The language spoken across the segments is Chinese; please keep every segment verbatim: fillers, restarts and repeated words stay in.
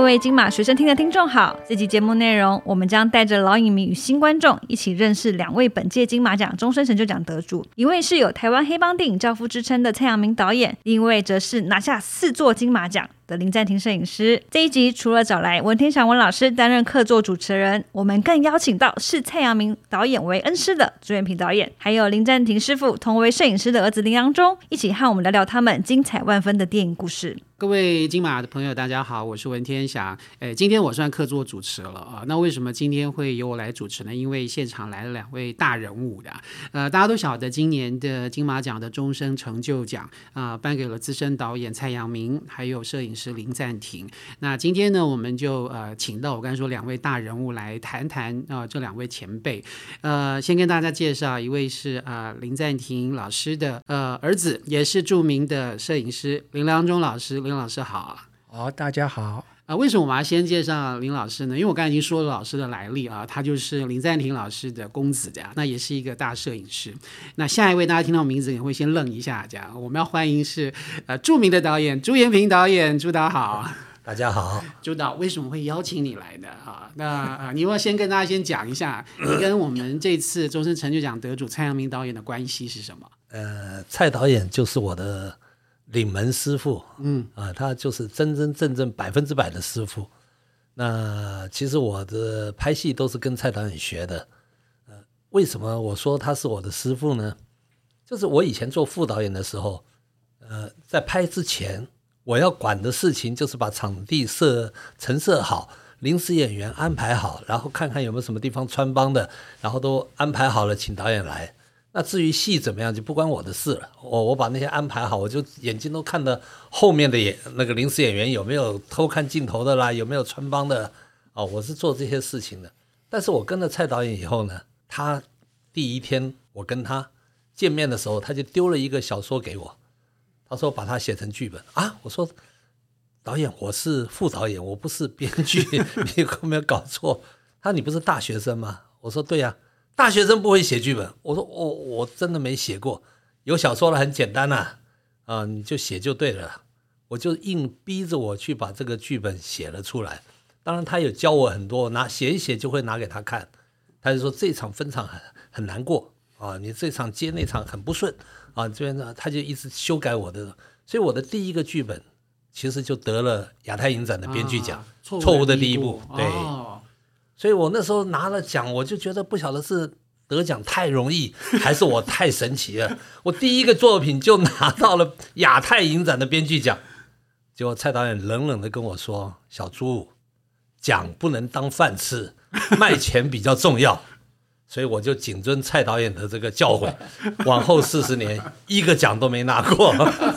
位金马学生厅的听众好，这期节目内容我们将带着老影迷与新观众一起认识两位本届金马奖终身成就奖得主，一位是有台湾黑帮电影教父之称的蔡阳明导演，另一位则是拿下四座金马奖的林赞廷摄影师。这一集除了找来文天祥文老师担任客座主持人，我们更邀请到视蔡阳明导演为恩师的朱延平导演，还有林赞廷师傅同为摄影师的儿子林阳中，一起和我们聊聊他们精彩万分的电影故事。 各位金马的朋友大家好，我是文天祥。诶，今天我算客座主持了啊。那为什么今天会由我来主持呢？因为现场来了两位大人物的。呃，大家都晓得今年的金马奖的终身成就奖啊、呃，颁给了资深导演蔡阳明，还有摄影师林赞廷。那今天呢，我们就呃请到我刚才说两位大人物来谈谈啊、呃、这两位前辈。呃，先跟大家介绍，一位是啊、呃、林赞廷老师的呃儿子，也是著名的摄影师林良忠老师。林老师好。 好，大家好。 啊、呃，为什么我们要先介绍林老师呢？因为我刚才已经说了老师的来历啊，他就是林赞廷老师的公子，这样，那也是一个大摄影师。那下一位大家听到名字也会先愣一下，这样，我们要欢迎是呃著名的导演朱延平导演，朱导好。 大家好。 朱导为什么会邀请你来的啊？那呃，你要不要先跟大家先讲一下，你跟我们这次终身成就奖得主蔡阳明导演的关系是什么？ 呃，蔡导演就是我的领门师傅， 嗯啊、呃，他就是真真正正百分之百的师傅。那其实我的拍戏都是跟蔡导演学的。呃，为什么我说他是我的师傅呢？就是我以前做副导演的时候，呃，在拍之前，我要管的事情就是把场地设陈设好，临时演员安排好，然后看看有没有什么地方穿帮的，然后都安排好了，请导演来。那至于戏怎么样就不关我的事了，我我把那些安排好，我就眼睛都看到后面的演那个临时演员有没有偷看镜头的啦，有没有穿帮的，哦，我是做这些事情的。但是我跟了蔡导演以后呢，他第一天我跟他见面的时候，他就丢了一个小说给我，他说把它写成剧本啊。我说导演，我是副导演，我不是编剧，你有没有搞错？他说你不是大学生吗？我说对呀、啊。大学生不会写剧本，我说我、哦、我真的没写过，有小说了很简单啊，啊你就写就对了，我就硬逼着我去把这个剧本写了出来。当然他有教我很多，拿写一写就会拿给他看，他就说这场分场很很难过啊，你这场接那场很不顺啊，这边呢他就一直修改我的，所以我的第一个剧本其实就得了亚太影展的编剧奖，啊、错误的第一部，对。哦，所以我那时候拿了奖，我就觉得不晓得是得奖太容易，还是我太神奇了。我第一个作品就拿到了亚太影展的编剧奖，结果蔡导演冷冷的跟我说：“小朱，奖不能当饭吃，卖钱比较重要。”所以我就谨遵蔡导演的这个教诲，往后四十年一个奖都没拿过。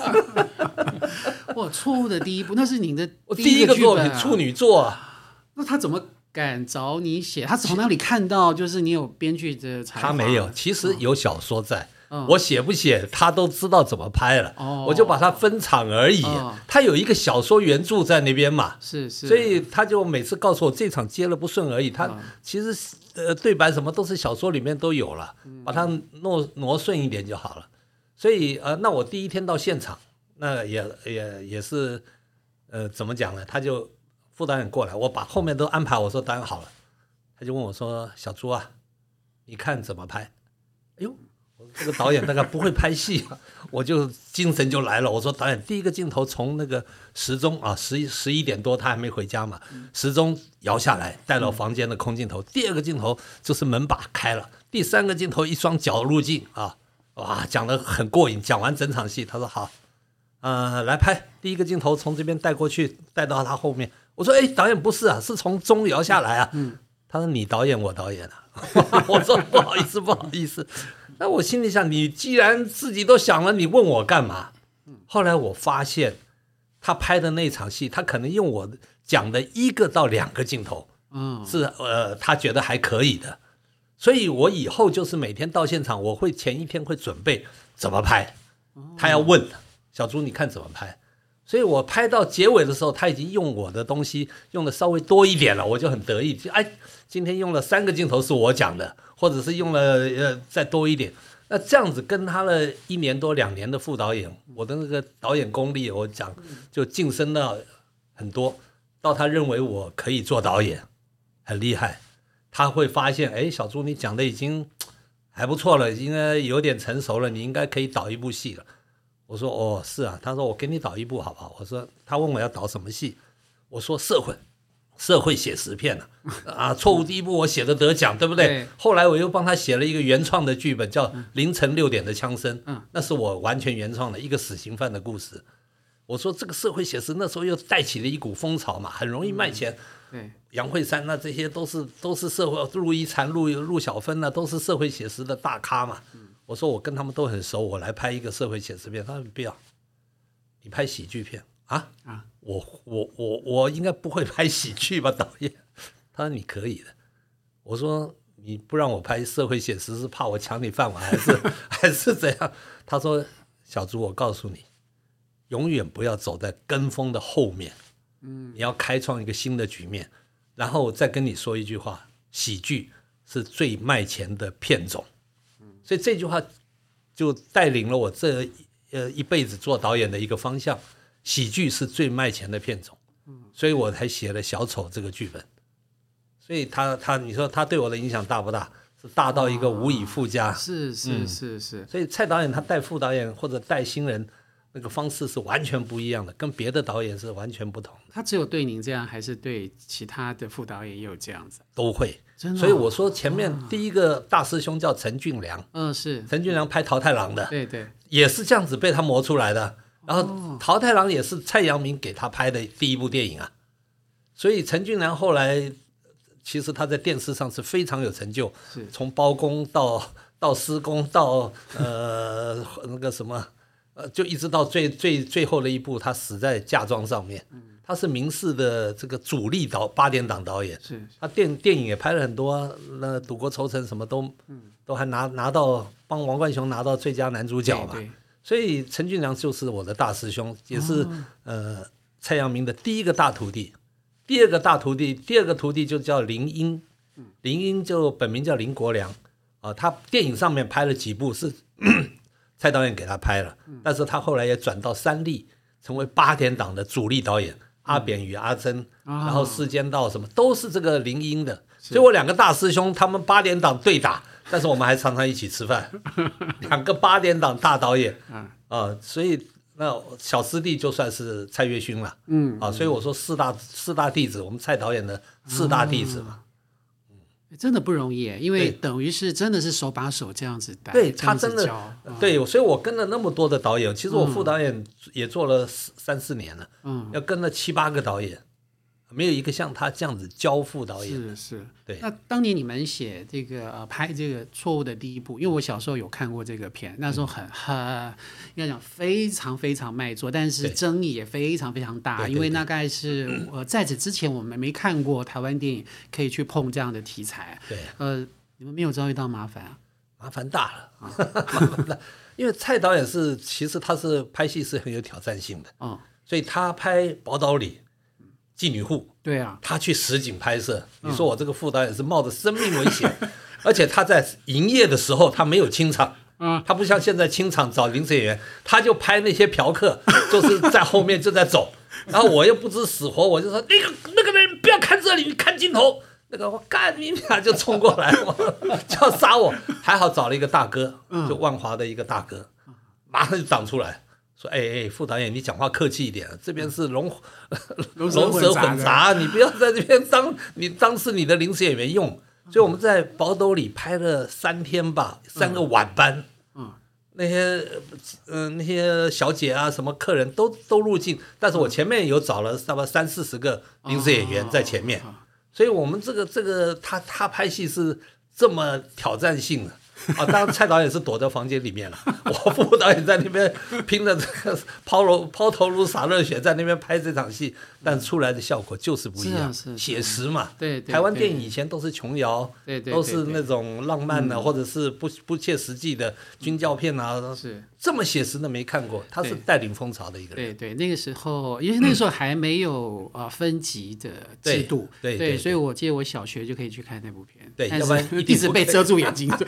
哇，错误的第一部，那是你的第一个作品，处女作啊。 那他怎么敢找你写？他从哪里看到就是你有编剧的才华？ 他没有，其实有小说在、哦、我写不写他都知道怎么拍了、哦、我就把它分场而已、哦、他有一个小说原著在那边嘛， 是是， 所以他就每次告诉我这场接了不顺而已，他其实、呃、对白什么都是小说里面都有了、嗯、把它挪挪顺一点就好了。所以呃，那我第一天到现场，那也也也是呃怎么讲呢，他就副导演过来，我把后面都安排，我说导演好了，他就问我说：“小朱啊，你看怎么拍？”哎呦，我这个导演大概不会拍戏啊，我就精神就来了。我说导演，第一个镜头从那个时钟啊，十十一点多他还没回家嘛，时钟摇下来带到房间的空镜头。第二个镜头就是门把开了，第三个镜头一双脚入镜啊，哇，讲得很过瘾。讲完整场戏，他说好，呃，来拍第一个镜头，从这边带过去，带到他后面。我说：“哎，导演不是啊，是从钟摇下来啊。嗯”他说：“你导演，我导演啊。”我说：“不好意思，不好意思。”那我心里想，你既然自己都想了，你问我干嘛？后来我发现，他拍的那场戏，他可能用我讲的一个到两个镜头，嗯，是呃，他觉得还可以的。所以我以后就是每天到现场，我会前一天会准备怎么拍，他要问小朱，你看怎么拍？所以我拍到结尾的时候，他已经用我的东西用的稍微多一点了，我就很得意。哎，今天用了三个镜头是我讲的，或者是用了呃再多一点。那这样子跟他了一年多两年的副导演，我的那个导演功力，我讲就晋升了很多。 到他认为我可以做导演，很厉害，他会发现，哎，小朱你讲的已经还不错了，应该有点成熟了，你应该可以导一部戏了。我说哦，是啊。他说我给你导一部好不好？我说他问我要导什么戏，我说社会社会写实片啊，啊，错误第一部我写的得奖，对不对？ 对。 后来我又帮他写了一个原创的剧本，叫《凌晨六点的枪声》，嗯，那是我完全原创的一个死刑犯的故事。我说这个社会写实那时候又带起了一股风潮嘛，很容易卖钱。 嗯、对， 杨惠珊那这些都是都是社会，陆一禅、陆陆小芬那都是社会写实的大咖嘛。嗯我说我跟他们都很熟，我来拍一个社会写实片，他说不要，你拍喜剧片啊？啊，我我我我应该不会拍喜剧吧，导演？他说你可以的。我说你不让我拍社会写实是怕我抢你饭碗还是还是怎样？他说小朱，我告诉你，永远不要走在跟风的后面，嗯，你要开创一个新的局面。然后我再跟你说一句话，喜剧是最卖钱的片种。所以这句话就带领了我这呃一辈子做导演的一个方向，喜剧是最卖钱的片种，所以我才写了小丑这个剧本。所以他他你说他对我的影响大不大？是大到一个无以复加。 是是是是。 所以蔡导演他带副导演或者带新人那个方式是完全不一样的，跟别的导演是完全不同的。 他只有对您这样，还是对其他的副导演也有这样子？ 都会。 真的、哦。 所以我说前面第一个大师兄叫陈俊良， 嗯、呃，是陈俊良拍《桃太郎》的， 对对， 也是这样子被他磨出来的。然后《桃太郎》也是蔡阳明给他拍的第一部电影啊，所以陈俊良后来其实他在电视上是非常有成就，从包公到到施工到呃那个什么呃，就一直到最最最后的一部，他死在嫁妆上面。他是民视的这个主力导八点档导演， 是他电电影也拍了很多、啊，那《赌国仇城》什么都、嗯、都还拿拿到帮王冠雄拿到最佳男主角嘛。所以陈俊良就是我的大师兄，也是、哦、呃蔡阳明的第一个大徒弟。第二个大徒弟，第二个徒弟就叫林英，林英就本名叫林国良啊、呃，他电影上面拍了几部是蔡导演给他拍了，但是他后来也转到三立，成为八点档的主力导演。阿扁与阿珍，然后世间道什么都是这个林英的，所以我两个大师兄他们八点档对打，但是我们还常常一起吃饭，两个八点档大导演啊、呃，所以那小师弟就算是蔡岳勋了，嗯啊，所以我说四大四大弟子，我们蔡导演的四大弟子嘛。 真的不容易，因为等于是真的是手把手这样子带， 对他真的、 嗯、 对，所以我跟了那么多的导演，其实我副导演也做了三四年了，嗯，要跟了七八个导演，没有一个像他这样子教副导演。 是是， 对。 那当年你们写这个呃拍这个错误的第一部，因为我小时候有看过这个片，那时候很很应该讲非常非常卖座，但是争议也非常非常大，因为大概是呃在此之前我们没看过台湾电影可以去碰这样的题材。 对， 呃，你们没有遭遇到麻烦啊？ 麻烦大了啊！麻烦大，因为蔡导演是其实他是拍戏是很有挑战性的，嗯，所以他拍《宝岛里》。妓女户， 对啊， 他去实景拍摄。你说我这个副导演是冒着生命危险，嗯、而且他在营业的时候他没有清场，嗯，他不像现在清场找临时演员，他就拍那些嫖客，就是在后面就在走。然后我又不知死活，我就说那个那个人不要看这里，你看镜头。那个我干你俩就冲过来，就要杀我。还好找了一个大哥，就万华的一个大哥，马上就挡出来。说哎哎，副导演，你讲话客气一点，这边是龙龙蛇混杂，你不要在这边当你当是你的临时演员用。所以我们在宝斗里拍了三天吧，三个晚班，嗯，那些呃那些小姐啊，什么客人都都入境，但是我前面有找了差不多三四十个临时演员在前面，所以我们这个这个他他拍戏是这么挑战性的。啊，当然蔡导演是躲在房间里面了，我副导演在那边拼了这个抛头抛头颅洒热血，在那边拍这场戏，但出来的效果就是不一样， 是啊是写实嘛。 对，对台湾电影以前都是琼瑶， 对对， 都是那种浪漫的，或者是不不切实际的军教片啊， 是这么写实的没看过。他是带领风潮的一个人。对对，那个时候，因为那个时候还没有呃分级的制度， 对对，所以我记得我小学就可以去看那部片， 对，要不然一直被遮住眼睛，这里不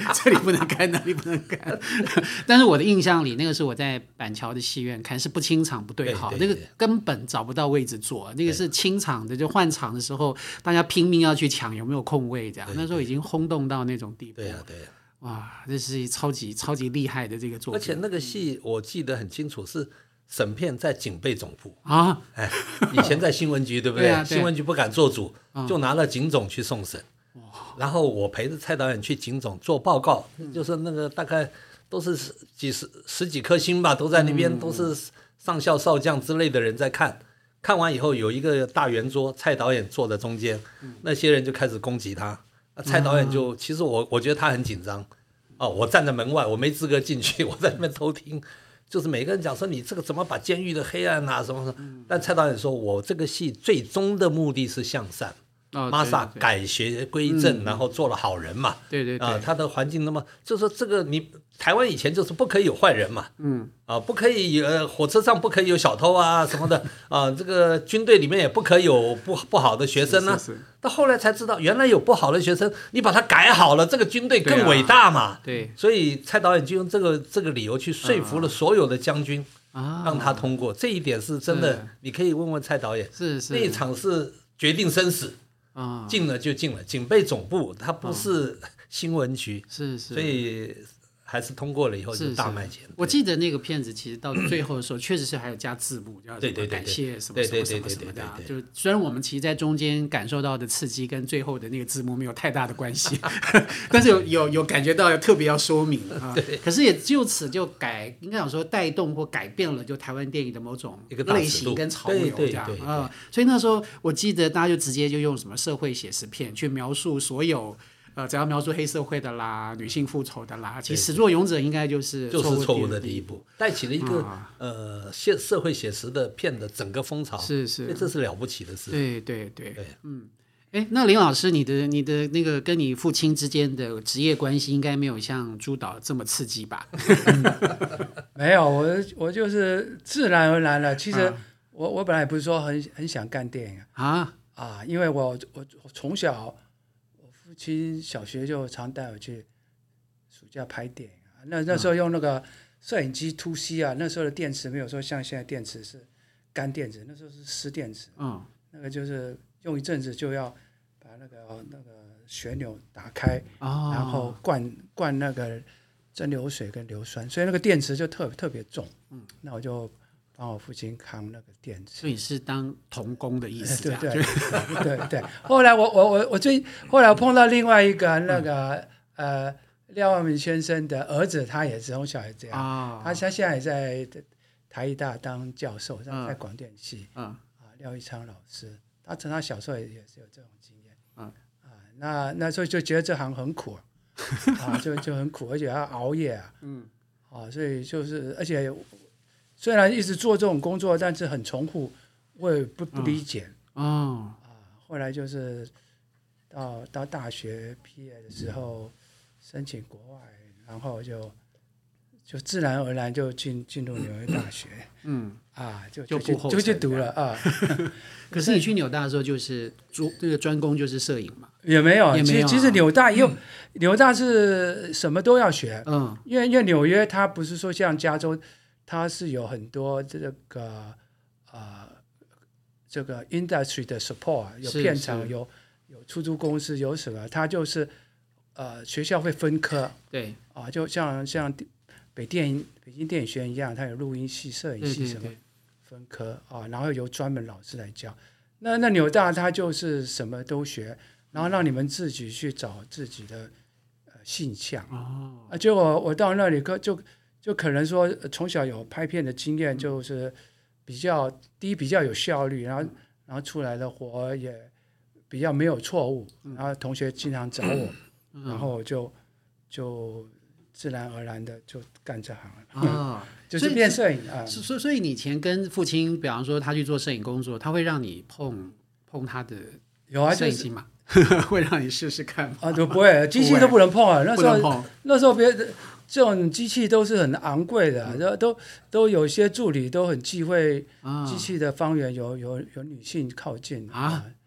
不能看，哪里不能看。但是我的印象里，那个是我在板桥的戏院看，是不清场不对号， 对对对那个根本找不到位置坐，那个是清场的，就换场的时候，大家拼命要去抢有没有空位，这样。那时候已经轰动到那种地步。 对呀、啊、对呀、 啊，哇，这是超级超级厉害的这个作品。 而且那个戏我记得很清楚，是审片在警备总部啊， 哎，以前在新闻局对不对？ 对啊对新闻局不敢做主， 嗯、 就拿了警总去送审。然后我陪着蔡导演去警总做报告，嗯、就是那个大概都是几十十几颗星吧，都在那边，嗯、都是上校少将之类的人在看。看完以后有一个大圆桌，蔡导演坐在中间，嗯、那些人就开始攻击他。啊、蔡导演就、嗯、其实我我觉得他很紧张。哦，我站在门外，我没资格进去，我在那边偷听。就是每个人讲说你这个怎么把监狱的黑暗啊什么什么，嗯、但蔡导演说我这个戏最终的目的是向善。 哦、 玛莎改邪归正、嗯，然后做了好人嘛。 对对对， 啊、呃，他的环境那么，就说这个你台湾以前就是不可以有坏人嘛，嗯，啊、呃，不可以呃，火车上不可以有小偷啊什么的，啊、呃，这个军队里面也不可以有不不好的学生啊。是是是，到后来才知道，原来有不好的学生，你把它改好了，这个军队更伟大嘛。 对、啊， 所以蔡导演就用这个这个理由去说服了所有的将军，啊、让他通过。这一点是真的，你可以问问蔡导演， 是是， 那一场是决定生死。啊，进了就进了，警备总部它不是新闻局， 是是， 所以还是通过了以后就大卖钱。 我记得那个片子其实到最后的时候，确实是还有加字幕，叫什么感谢什么什么什么什么的。就虽然我们其实在中间感受到的刺激跟最后的那个字幕没有太大的关系，但是有有有感觉到特别要说明啊。可是也就此就改，应该讲说带动或改变了就台湾电影的某种类型跟潮流这样啊。所以那时候我记得大家就直接就用什么社会写实片去描述所有。呃，只要描述黑社会的啦，女性复仇的啦，其实始作俑者应该就是就是错误的第一步，带起了一个、啊、呃社社会写实的片的整个风潮， 是是， 这是了不起的事。 对对 对, 对，嗯，哎，那林老师，你的你的那个跟你父亲之间的职业关系，应该没有像朱导这么刺激吧？ 没有，我我就是自然而然了。其实我、啊、我本来也不是说很很想干电影啊啊，因为我我我从小。其实小学就常带我去暑假拍电影啊，那那时候用那个摄影机 two C 啊，那时候的电池没有说像现在电池是干电池，那时候是湿电池，嗯，那个就是用一阵子就要把那个那个旋钮打开，哦、然后灌灌那个蒸馏水跟硫酸，所以那个电池就特特别重，嗯，那我就帮我父亲扛那个电池， 所以是当童工的意思， 对对对对对。后来我我我我最后来我碰到另外一个那个、嗯、呃廖万明先生的儿子，他也是从小也这样，哦、他他现在也在台艺大当教授，在在广电系，嗯啊廖一昌老师，他从他小时候也也是有这种经验，嗯啊那那时候就觉得这行很苦啊，就就很苦，而且要熬夜啊，嗯啊所以就是而且。虽然一直做这种工作，但是很重复，我也不不理解。哦，啊，后来就是到到大学毕业的时候申请国外，然后就就自然而然就进进入纽约大学。嗯，啊，就就就就去读了啊。 可是你去纽大的时候，就是专这个专攻就是摄影嘛？ 也没有， 也没有、啊。 其实其实纽大也有、嗯，纽大是什么都要学。嗯，因为因为纽约它不是说像加州。它是有很多这个呃这个 industry 的 support， 有片场，有有出租公司，有什么？它就是呃学校会分科， 对啊，就像像北电影北京电影学院一样，它有录音系、摄影系什么分科啊，然后由专门老师来教。那那纽大它就是什么都学，然后让你们自己去找自己的呃性向哦啊，结果我到那里就。就可能说从小有拍片的经验，就是比较第一比较有效率，然后然后出来的活也比较没有错误，然后同学经常找我，然后就就自然而然的就干这行了啊，就是变摄影啊。 所以所以你以前跟父亲，比方说他去做摄影工作，他会让你碰碰他的有啊摄影机嘛？会让你试试看吗？ 啊，都不会，机器都不能碰啊。那时候那时候别。这种机器都是很昂贵的、啊嗯，都都有些助理都很忌讳机器的方圆有有有女性靠近啊。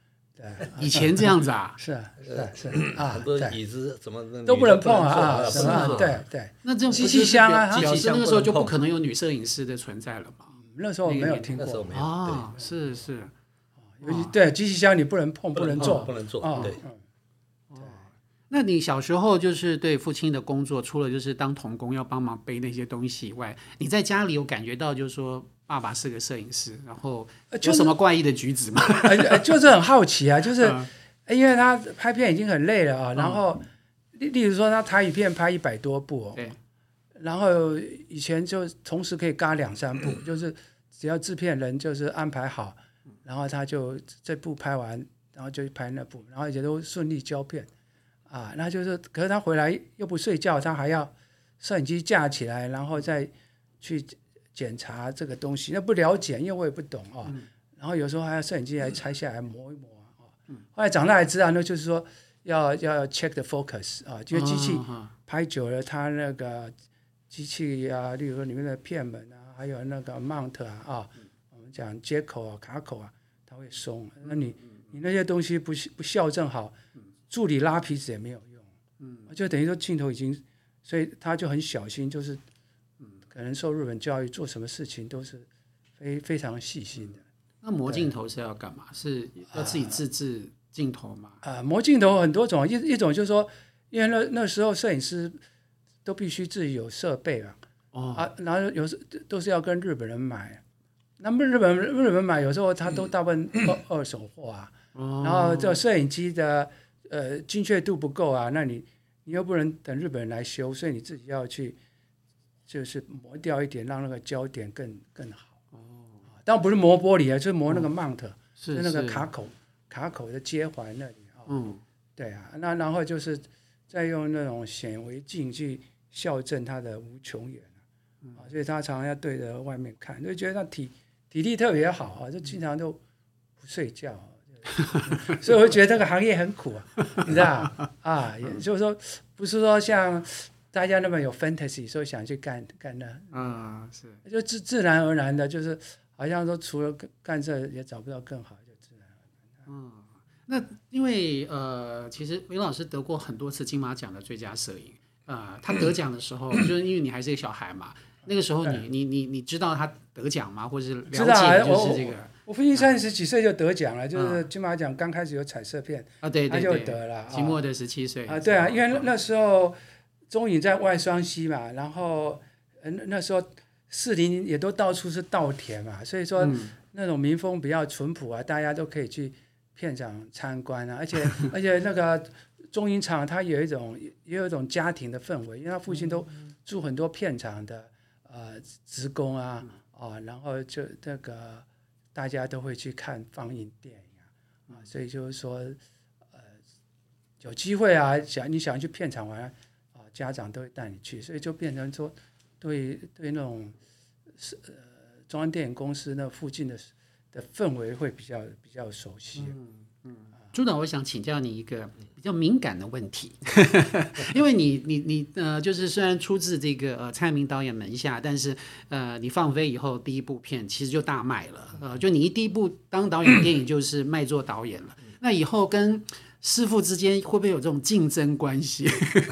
对， 以前这样子啊？ 是啊，是啊，是啊， 很多椅子怎么都不能碰啊啊， 什么？ 对对。 那这机器箱啊， 表示那个时候就不可能有女摄影师的存在了嘛？ 那时候没有听过， 那时候没有啊，是是， 尤其对机器箱你不能碰，不能做， 不能做，对。 那你小时候就是对父亲的工作，除了就是当童工要帮忙背那些东西以外，你在家里有感觉到就是说爸爸是个摄影师，然后有什么怪异的举止吗？ 呃，就是很好奇啊，就是因为他拍片已经很累了啊，然后例例如说他台语片拍一百多部哦， 对， 然后以前就同时可以嘎两三部，就是只要制片人就是安排好，然后他就这部拍完，然后就拍那部，然后也都顺利交片。啊，那就是，可是他回来又不睡觉，他还要摄影机架起来，然后再去检查这个东西。那不了解，因为我也不懂啊。嗯、然后有时候还要摄影机来拆下来磨一磨啊。嗯、后来长大才知道，那就是说要要 check the focus 啊，因为机器拍久了，它那个机器啊，例如说里面的片门啊，还有那个 mount 啊，啊我们讲接口啊、卡口啊，它会松。那你你那些东西不不校正好。助理拉皮子也没有用，嗯，就等于说镜头已经，所以他就很小心，就是，嗯，可能受日本教育，做什么事情都是非非常细心的。 那磨镜头是要干嘛？是要自己自制镜头吗？ 啊、呃，磨镜头很多种，一一种就是说，因为那那时候摄影师都必须自己有设备啊，哦、啊，然后有时都是要跟日本人买，那么日本日本人买有时候他都大部分二二手货啊，哦、然后这摄影机的。呃，精确度不够啊，那你你又不能等日本人来修，所以你自己要去，就是磨掉一点，让那个焦点更更好。哦，当然不是磨玻璃啊，就是磨那个 mount，、哦、是那个卡口卡口的接环那里啊。嗯、哦，对啊，那然后就是再用那种显微镜去校正它的无穷远啊，嗯、所以他常常要对着外面看，就觉得他体体力特别好啊，就经常都不睡觉。所以我就觉得这个行业很苦啊，你知道啊？也就是说，不是说像大家那么有 fantasy， 说想去干干那， 嗯，是， 就自自然而然的，就是好像说除了干这也找不到更好，就自然而然。 嗯，那因为呃，其实林老师得过很多次金马奖的最佳摄影，呃，他得奖的时候，就是因为你还是一个小孩嘛，那个时候你你你你知道他得奖吗？或者是了解就是这个？ 我父亲三十几岁就得奖了，就是金马奖刚开始有彩色片啊，对对对， 他就得了。 寂寞的十七岁啊，对啊，因为那时候中影在外双溪嘛，然后呃那时候士林也都到处是稻田嘛，所以说那种民风比较淳朴啊，大家都可以去片场参观啊，而且而且那个中影厂它有一种也有一种家庭的氛围，因为他父亲都住很多片场的呃职工啊啊，然后就那个。大家都会去看放映电影啊，啊，所以就是说，呃，有机会啊，想你想去片场玩啊，家长都会带你去，所以就变成说，对对那种呃中央电影公司那附近的的氛围会比较比较熟悉。嗯嗯。朱导，我想请教你一个比较敏感的问题，因为你你你呃，就是虽然出自这个呃蔡明导演门下，但是呃你放飞以后第一部片其实就大卖了，呃，就你一第一部当导演的电影就是卖座导演了，那以后跟师父之间会不会有这种竞争关系？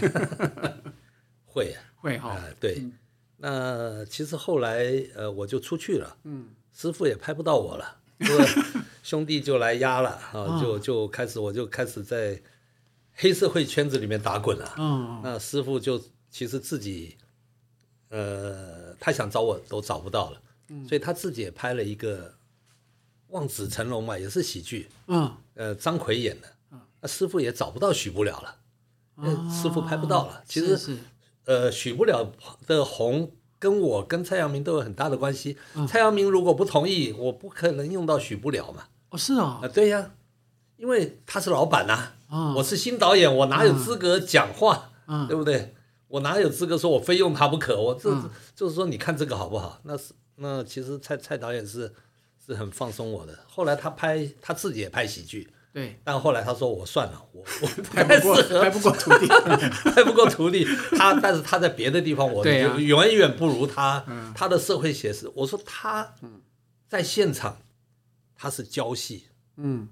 会啊， 会哈、 呃，对，嗯、那其实后来呃我就出去了，嗯，师父也拍不到我了。兄弟就来压了啊，就就开始我就开始在黑社会圈子里面打滚了。嗯，那师父就其实自己，呃，他想找我都找不到了，嗯、所以他自己也拍了一个《望子成龙》嘛，也是喜剧。嗯，呃，张奎演的。那师父也找不到许不了了，哦、师父拍不到了。其实，是是呃，许不了的红。跟我跟蔡阳明都有很大的关系。嗯、蔡阳明如果不同意，我不可能用到许不了嘛。 哦，是啊、哦呃，对呀，因为他是老板呐、啊，哦、我是新导演，我哪有资格讲话，嗯、对不对？我哪有资格说我非用他不可？我这、嗯、就是说，你看这个好不好？那是那其实蔡蔡导演是是很放松我的。后来他拍他自己也拍喜剧。 对， 但后来他说我算了，我我拍不过，拍不过徒弟， 拍不过徒弟。他但是他在别的地方，我远远不如他。啊、他的社会写实，我说他在现场他是教戏，嗯，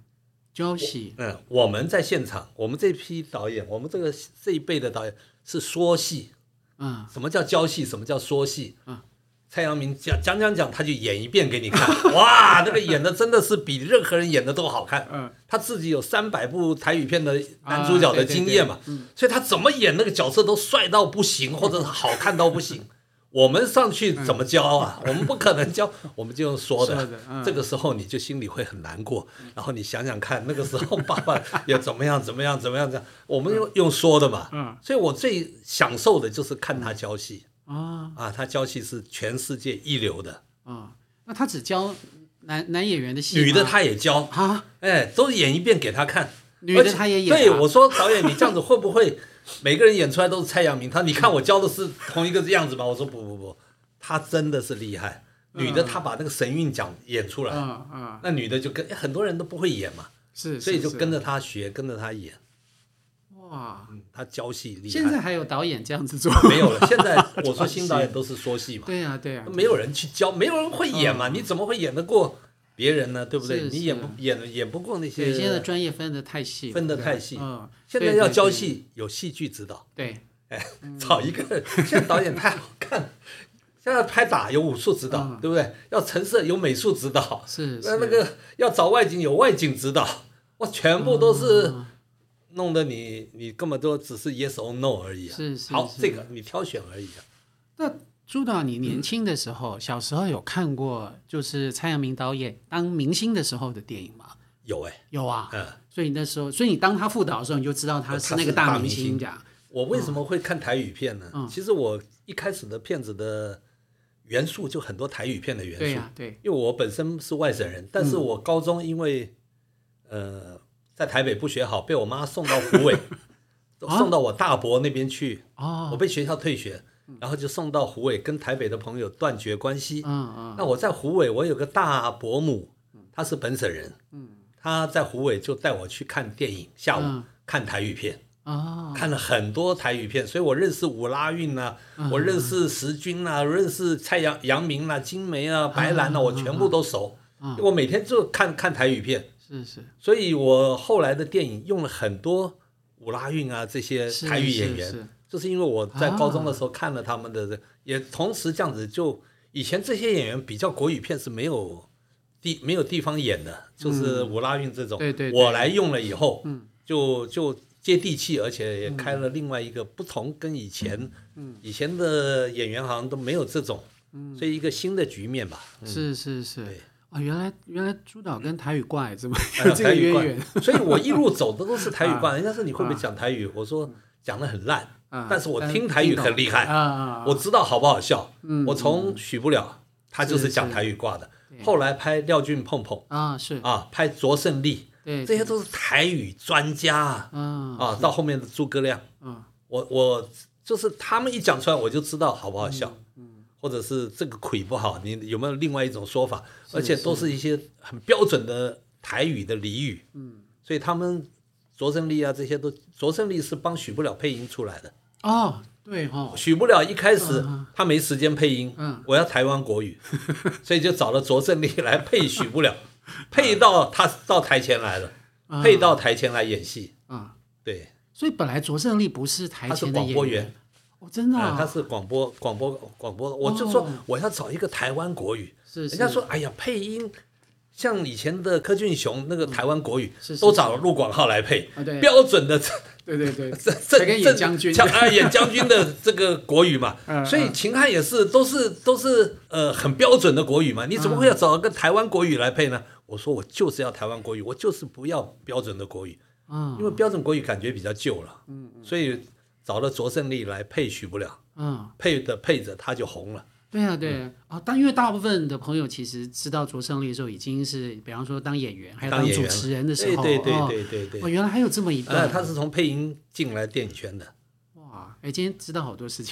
教戏， 嗯，我们在现场，我们这批导演，我们这个这一辈的导演是说戏， 嗯， 什么叫教戏，什么叫说戏， 嗯， 蔡阳明讲讲讲讲，他就演一遍给你看，哇，那个演的真的是比任何人演的都好看， 嗯， 他自己有三百部台语片的男主角的经验嘛， 啊、对对对嗯、 所以他怎么演那个角色都帅到不行，或者是好看到不行。我们上去怎么教啊？嗯、我们不可能教，我们就用说的。 的嗯、 这个时候你就心里会很难过，然后你想想看，那个时候爸爸也怎么样怎么样怎么样这样，我们用用说的嘛。 嗯， 所以我最享受的就是看他教戏。 啊啊，他教戏是全世界一流的。 啊，那他只教男男演员的戏， 女的他也教啊， 哎，都演一遍给他看。 女的他也演、啊。 对，我说导演，你这样子会不会每个人演出来都是蔡阳明？他你看我教的是同一个样子吗？我说不不不，他真的是厉害。女的她把那个神韵讲演出来， 嗯嗯， 那女的就跟很多人都不会演嘛， 是， 所以就跟着他学，跟着他演。 哇， 嗯，他教戏厉害。 现在还有导演这样子做？ 没有了。现在我说新导演都是说戏嘛。 对呀、啊、对呀、啊， 没有人去教，没有人会演嘛，嗯、你怎么会演得过别人呢？对不对？ 是是你演不演演不过那些。 对，现在专业分得太细， 分得太细。 嗯， 现在要教戏有戏剧指导。 对， 哎，找一个现在导演太好看。现在拍打有武术指导，嗯、对不对？要陈设有美术指导， 是那那个要找外景有外景指导，哇，全部都是弄得你你根本都只是 yes or no 而已、啊。 是是。 好，这个你挑选而已、啊。 那朱导，你年轻的时候，嗯、小时候有看过就是蔡阳明导演当明星的时候的电影吗？ 有哎、欸， 有啊。 嗯。 所以那时候，所以你当他副导的时候，你就知道他是那个大明星这样。 我为什么会看台语片呢？嗯、其实我一开始的片子的元素就很多台语片的元素， 对呀、啊，对， 因为我本身是外省人，但是我高中因为、嗯、呃在台北不学好，被我妈送到虎尾，啊、送到我大伯那边去， 哦， 我被学校退学，然后就送到虎尾，跟台北的朋友断绝关系。 嗯嗯， 那我在虎尾，我有个大伯母，他是本省人，嗯，他在虎尾就带我去看电影，下午、嗯、看台语片。 哦、 看了很多台语片，所以我认识武拉韵啊，嗯、我认识石君啊，我认识蔡阳阳明啊、金梅啊、白兰啊，嗯、我全部都熟。嗯、我每天就看看台语片， 是是。 所以我后来的电影用了很多武拉韵啊这些台语演员，是是是就是因为我在高中的时候看了他们的，啊、也同时这样子就以前这些演员比较国语片是没有地没有地方演的，就是武拉韵这种， 嗯、对, 对对， 我来用了以后， 嗯， 就就。接地气，而且也开了另外一个不同，跟以前，嗯、以前的演员好像都没有这种，嗯、所以一个新的局面吧。 嗯、是是是， 对啊，原来原来朱导跟台语挂这么有这个渊源， 所以我一路走的都是台语挂。人家说你会不会讲台语？我说讲得很烂， 啊、 但是我听台语很厉害， 啊、 我知道好不好笑。 嗯、 我从许不了，他就是讲台语挂的。后来拍廖俊碰碰啊，是啊，拍卓胜利。 对， 这些都是台语专家啊， 嗯、 啊，到后面的诸葛亮， 嗯、 我我就是他们一讲出来，我就知道好不好笑， 嗯嗯、 或者是这个魁不好，你有没有另外一种说法？而且都是一些很标准的台语的俚语， 嗯、 所以他们卓胜利啊这些都，卓胜利是帮许不了配音出来的哦，对哦， 许不了一开始、 嗯、 他没时间配音， 嗯、 我要台湾国语，所以就找了卓胜利来配许不了。配到他到台前来了， 嗯、 配到台前来演戏， 嗯， 对， 所以本来卓胜利不是台前的演员， 他是广播员， 哦，真的、啊嗯，他是广播广播广播，我就说我要找一个台湾国语， 是、哦， 人家说哎呀配音，像以前的柯俊雄那个台湾国语， 是、嗯、 都找了陆广浩来配， 啊、对， 标准的， 对对对， 这跟演将军， 啊演将军的这个国语嘛， 嗯、 所以秦汉也是都是都是呃很标准的国语嘛，你怎么会要找一个台湾国语来配呢？我说我就是要台湾国语，我就是不要标准的国语， 嗯， 因为标准国语感觉比较旧了， 嗯， 所以找了卓胜利来配许不了， 嗯， 配的配着他就红了。 对啊，对啊，嗯、啊，但因为大部分的朋友其实知道卓胜利的时候，已经是比方说当演员，还有当主持人的时候， 对对对对对对， 哦，原来还有这么一段， 呃，他是从配音进来电影圈的。 哇，哎，今天知道好多事情，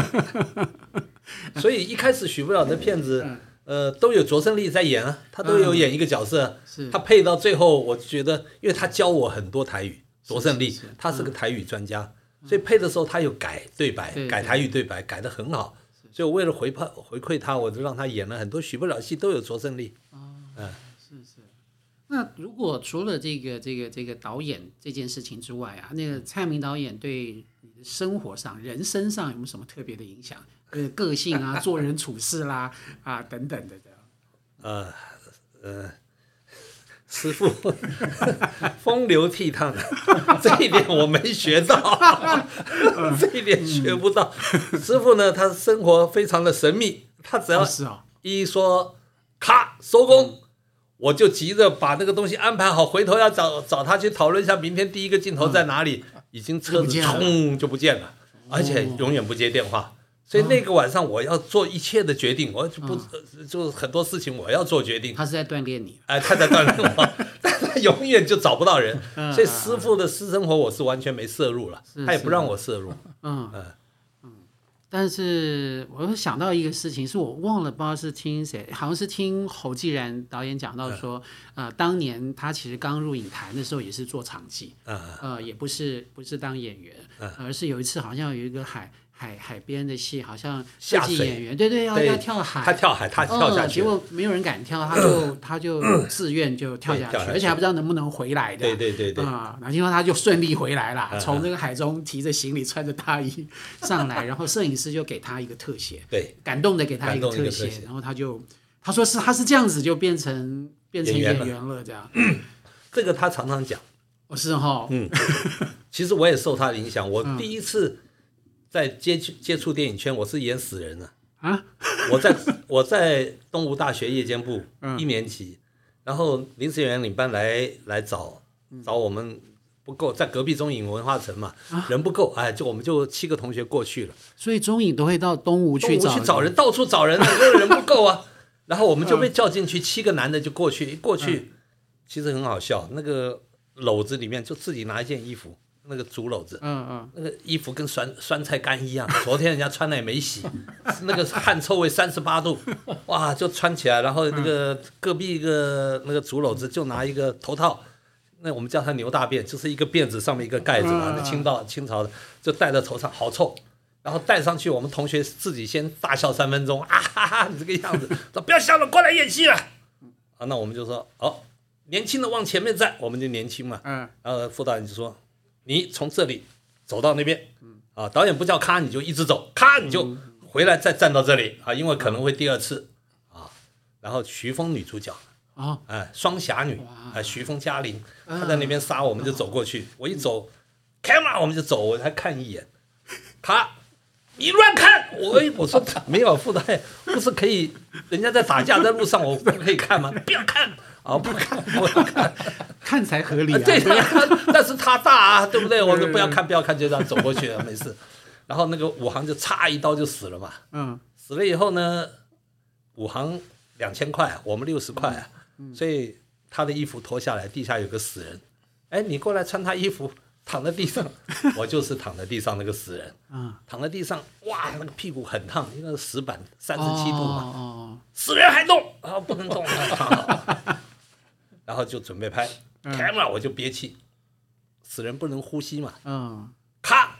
所以一开始许不了的片子。嗯呃，都有卓胜利在演啊，他都有演一个角色， 嗯、是他配到最后，我觉得，因为他教我很多台语，卓胜利他是个台语专家，嗯、所以配的时候他有改对白， 对对改台语对白，改得很好，所以我为了回回馈他，我就让他演了很多许不了戏，都有卓胜利。 哦， 嗯， 是是， 那如果除了这个这个这个导演这件事情之外啊，那个蔡阳明导演对你的生活上、人生上有没有什么特别的影响？呃，个性啊，做人处事啦，啊等等的这样。 呃呃，师傅风流倜傥，这一点我没学到，这一点学不到。师傅呢，他生活非常的神秘，他只要一说咔收工。我就急着把那个东西安排好，回头要找找他去讨论一下明天第一个镜头在哪里。嗯、已经车子冲就不见了，而且永远不接电话。所以那个晚上我要做一切的决定，我就不、嗯、就很多事情我要做决定。 他是在锻炼你， 哎，他在锻炼我，但他永远就找不到人。嗯、所以师父的私生活我是完全没摄入了，他也不让我摄入。嗯嗯。 但是我想到一个事情，是我忘了，不知道是听谁，好像是听侯继然导演讲到说，嗯、呃，当年他其实刚入影坛的时候也是做场记，嗯、呃，也不是不是当演员，嗯、而是有一次好像有一个海海海边的戏，好像设计演员，对对，要要跳海， 他跳海，他跳下去， 呃、结果没有人敢跳，他就他就自愿就跳下去，而且还不知道能不能回来的， 对对对对， 啊、呃，然后听说他就顺利回来了，从这个海中提着行李，穿着大衣上来，然后摄影师就给他一个特写， 对， 感动的给他一个特写，然后他就他说是他是这样子就变成变成演员了，这样， 这个他常常讲， 我是哈， 嗯，其实我也受他的影响，我第一次。在接触接触电影圈，我是演死人了啊！我在我在东吴大学夜间部、嗯、一年级，然后临时演员领班来来找找我们不够，在隔壁中影文化城嘛，啊、人不够，哎，就我们就七个同学过去了。 所以中影都会到东吴去找去找人，到处找人，那个人不够啊。然后我们就被叫进去，七个男的就过去，一过去、嗯、其实很好笑，那个篓子里面就自己拿一件衣服。那个竹篓子，嗯嗯，那个衣服跟酸酸菜干一样，昨天人家穿的也没洗，那个汗臭味三十八度，哇，就穿起来，然后那个隔壁一个那个竹篓子就拿一个头套，那我们叫它牛大辫，就是一个辫子上面一个盖子嘛，那清道清朝的，就戴在头上，好臭，然后戴上去，我们同学自己先大笑三分钟，啊哈哈，你这个样子，说不要笑了，过来演戏了，啊，那我们就说，哦，年轻的往前面站，我们就年轻嘛，嗯，然后副导演就说。你从这里走到那边，啊，导演不叫咔你就一直走，咔你就回来再站到这里啊，因为可能会第二次啊。然后徐枫女主角啊，哎，双侠女啊，徐枫嘉玲，她在那边杀，我们就走过去。我一走 ，camera 我们就走，我才看一眼，咔，你乱看，我我说没有副导演，不是可以，人家在打架在路上，我不可以看吗？不要看。哦，不看，不要看， 看才合理啊！ 对啊，但是他大啊，对不对？我就不要看，不要看，就这样走过去了，没事。然后那个武行就插一刀就死了嘛。嗯。死了以后呢，武行两千块，我们六十块啊，嗯、所以他的衣服脱下来，地下有个死人。哎，你过来穿他衣服，躺在地上，我就是躺在地上那个死人。嗯。躺在地上，哇，那个屁股很烫，因为石板三十七度嘛。哦。死人还动啊？不能动啊！然后就准备拍 camera， 我就憋气，死人不能呼吸嘛，嗯，咔，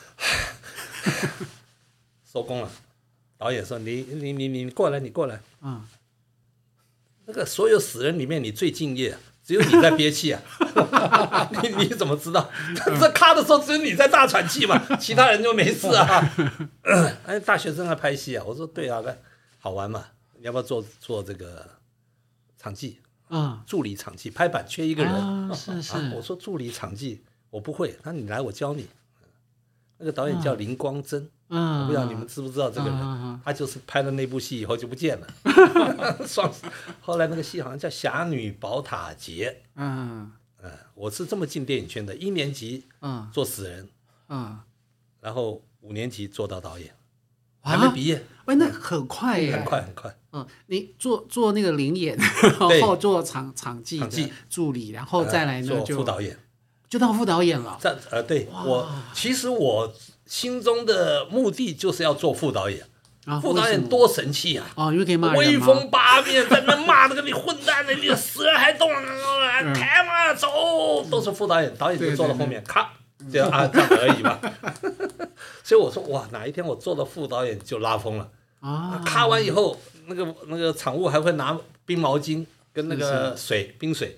收工了。导演说：“你你你你过来，你过来。”嗯，那个所有死人里面，你最敬业，只有你在憋气啊！你你怎么知道？这咔的时候只有你在大喘气嘛，其他人就没事啊。哎，大学生在拍戏啊，我说对啊，好玩嘛，你要不要做做这个场记？啊，助理场记拍板缺一个人， 啊、是是、啊。 我说助理场记我不会，那你来我教你。那个导演叫林光真，啊、我不知道你们知不知道这个人，啊、他就是拍了那部戏以后就不见了。双，后来那个戏好像叫《侠女宝塔节》。嗯、呃，我是这么进电影圈的，一年级做死人，嗯，然后五年级做到导演，还没毕业。 喂，那很快耶， 很快很快。 嗯，你做做那个灵演，然后做场场记的助理，然后再来呢、呃、 就副导演， 就当副导演了。 这呃，对我其实我心中的目的就是要做副导演。啊、副导演多神气啊！ 哦，因为可以骂人威风八面，在那骂那个你混蛋的，你死人还动，开嘛走，都是副导演，导演就坐到后面，咔，这样啊，这样而已嘛。所以我说哇，哪一天我做了副导演就拉风了啊！咔完以后，那个那个场务还会拿冰毛巾跟那个水冰水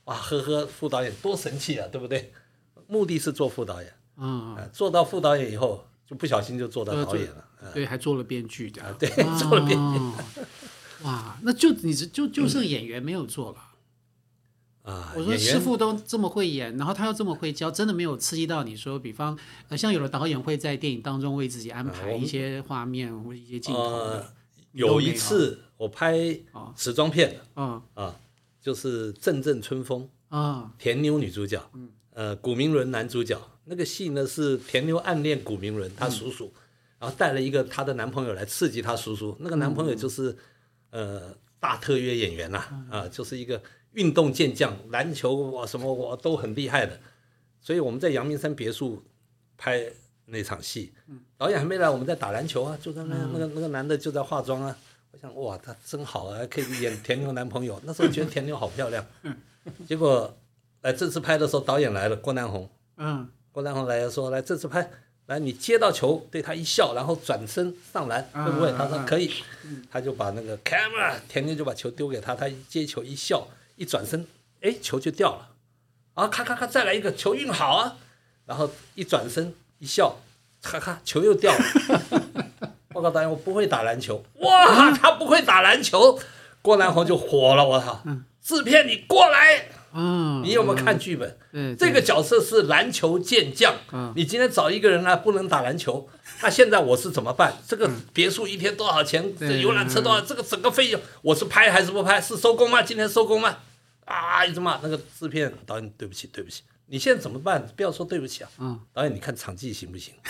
哇呵呵，副导演多神气啊，对不对？目的是做副导演， 嗯、 呃，做到副导演以后，就不小心就做到导演了， 呃、对，还做了编剧的， 啊、对，做了编剧。 哦、哇，那就你就就剩演员没有做了。 啊， 我说师傅都这么会演，然后他又这么会教，真的没有刺激到你说，比方呃，像有的导演会在电影当中为自己安排一些画面或一些镜头的。呃、 有一次我拍时装片， 啊、 哦、啊，就是《阵阵春风》 啊， 田妞女主角，嗯，呃，古明伦男主角。那个戏呢是田妞暗恋古明伦，他叔叔，嗯、然后带了一个她的男朋友来刺激她叔叔。那个男朋友就是、嗯、呃大特约演员呐、啊，嗯、啊，就是一个。运动健将，篮球我什么我都很厉害的，所以我们在阳明山别墅拍那场戏，导演还没来，我们在打篮球啊，就在那那个那个男的就在化妆啊，我想哇，他真好啊，可以演田妞男朋友。那时候觉得田妞好漂亮，结果来这次拍的时候，导演来了，郭南红，嗯，郭南红来说来这次拍，来你接到球对他一笑，然后转身上篮，会不会？他说可以，他就把那个 camera， 田妞就把球丢给他，他一接球一笑。一转身，哎，球就掉了，啊，咔咔咔，再来一个，球运好啊，然后一转身一笑，咔咔，球又掉了。报告导演，我不会打篮球。哇，他不会打篮球，郭南红就火了，我操！制片你过来，嗯，你有没有看剧本？嗯，这个角色是篮球健将，嗯，你今天找一个人来不能打篮球，那现在我是怎么办？这个别墅一天多少钱？这游览车多少？这个整个费用，我是拍还是不拍？是收工吗？今天收工吗？啊！一直骂那个制片导演，对不起，对不起，你现在怎么办？不要说对不起啊，嗯，导演，你看场记行不行？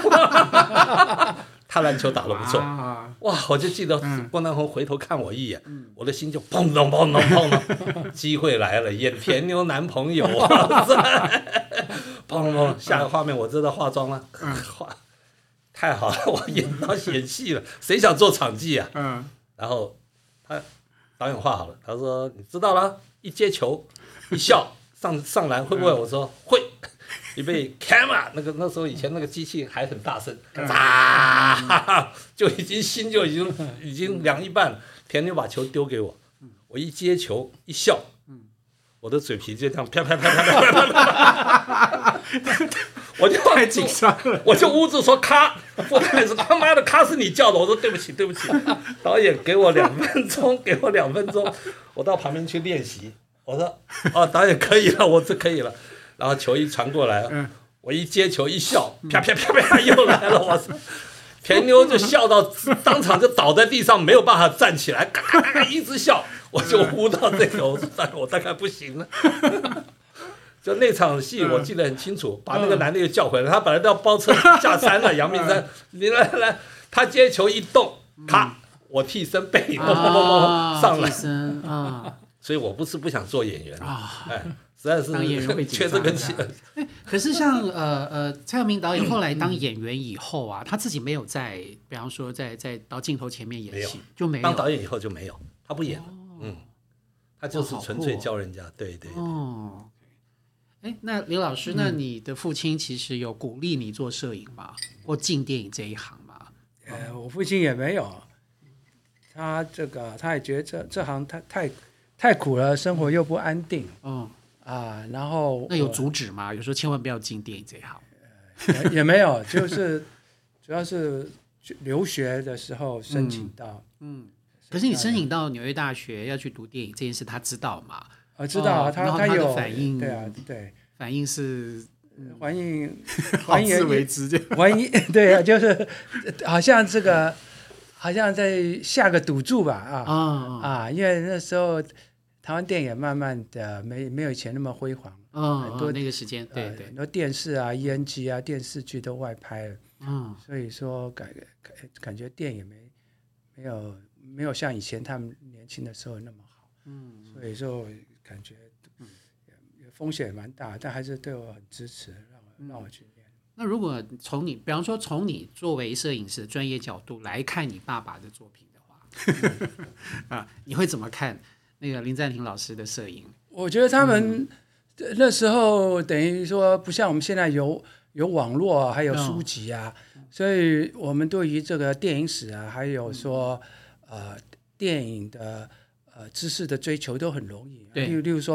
他篮球打得不错，哇！我就记得郭南红回头看我一眼，嗯、我的心就砰咚砰咚砰咚，机会来了，演田妞男朋友啊！砰砰，下个画面我知道化妆了，化太好了，我演到演戏了，谁想做场记啊？嗯，然后他导演画好了，他说你知道了。一接球，一笑上上篮会不会？我说会。预备 camera， 那个那时候以前那个机器还很大声，啊，就已经心就已经已经凉一半了。田妞把球丢给我，我一接球一笑，我的嘴皮就这样啪啪啪啪啪啪啪，我就太紧张了， 我就捂住说咔，副导演说他妈的咔是你叫的，我说对不起对不起，导演给我两分钟，给我两分钟。我到旁边去练习，我说：“哦，导演可以了，我这可以了。”然后球一传过来，嗯、我一接球一笑，啪啪啪啪又来了，我操！田妞就笑到当场就倒在地上，没有办法站起来，嘎嘎嘎一直笑，我就呼到这个，我说我大概不行了。就那场戏我记得很清楚，把那个男的又叫回来，他本来都要包车下山了，阳明山，你来来，他接球一动，咔。我替身背影，啊、上来啊，所以我不是不想做演员啊，哎，实在是当演员会缺这个气。 可是像呃呃蔡耀明导演后来当演员以后啊，他自己没有在，比方说在在到镜头前面演戏，就没有。 当导演以后就没有，他不演了，哦、嗯，他就是纯粹教人家，哦、对对对。 哦，哎，那刘老师，那你的父亲其实有鼓励你做摄影吗？或进电影这一行吗？ 呃，我父亲也没有。他这个，他也觉得这这行太太太苦了，生活又不安定，嗯啊，然后那有阻止吗？有时候千万不要进电影这一行， 呃、也, 也没有，就是主要是留学的时候申请到， 嗯，嗯可是你申请到纽约大学要去读电影这件事，他知道吗？ 我知道， 哦、 他他有反应， 对啊，对， 反应是。 反应， 好自为之， 反应对啊，就是好像这个。好像在下个赌注吧，啊、哦、啊，因为那时候台湾电影慢慢的没没有以前那么辉煌， 嗯，很多、哦、那个时间，对对， 很多电视啊、E N G 啊、电视剧都外拍了，嗯，所以说感感觉电影没没有没有像以前他们年轻的时候那么好，嗯，所以说感觉风险也蛮大，但还是对我很支持，让我、嗯、让我去。 那如果从你，比方说从你作为摄影师的专业角度来看你爸爸的作品的话，啊，你会怎么看那个林赞廷老师的摄影？ 我觉得他们那时候等于说不像我们现在有有网络还有书籍啊，嗯、所以我们对于这个电影史啊，还有说、嗯、呃电影的呃知识的追求都很容易。例如例如说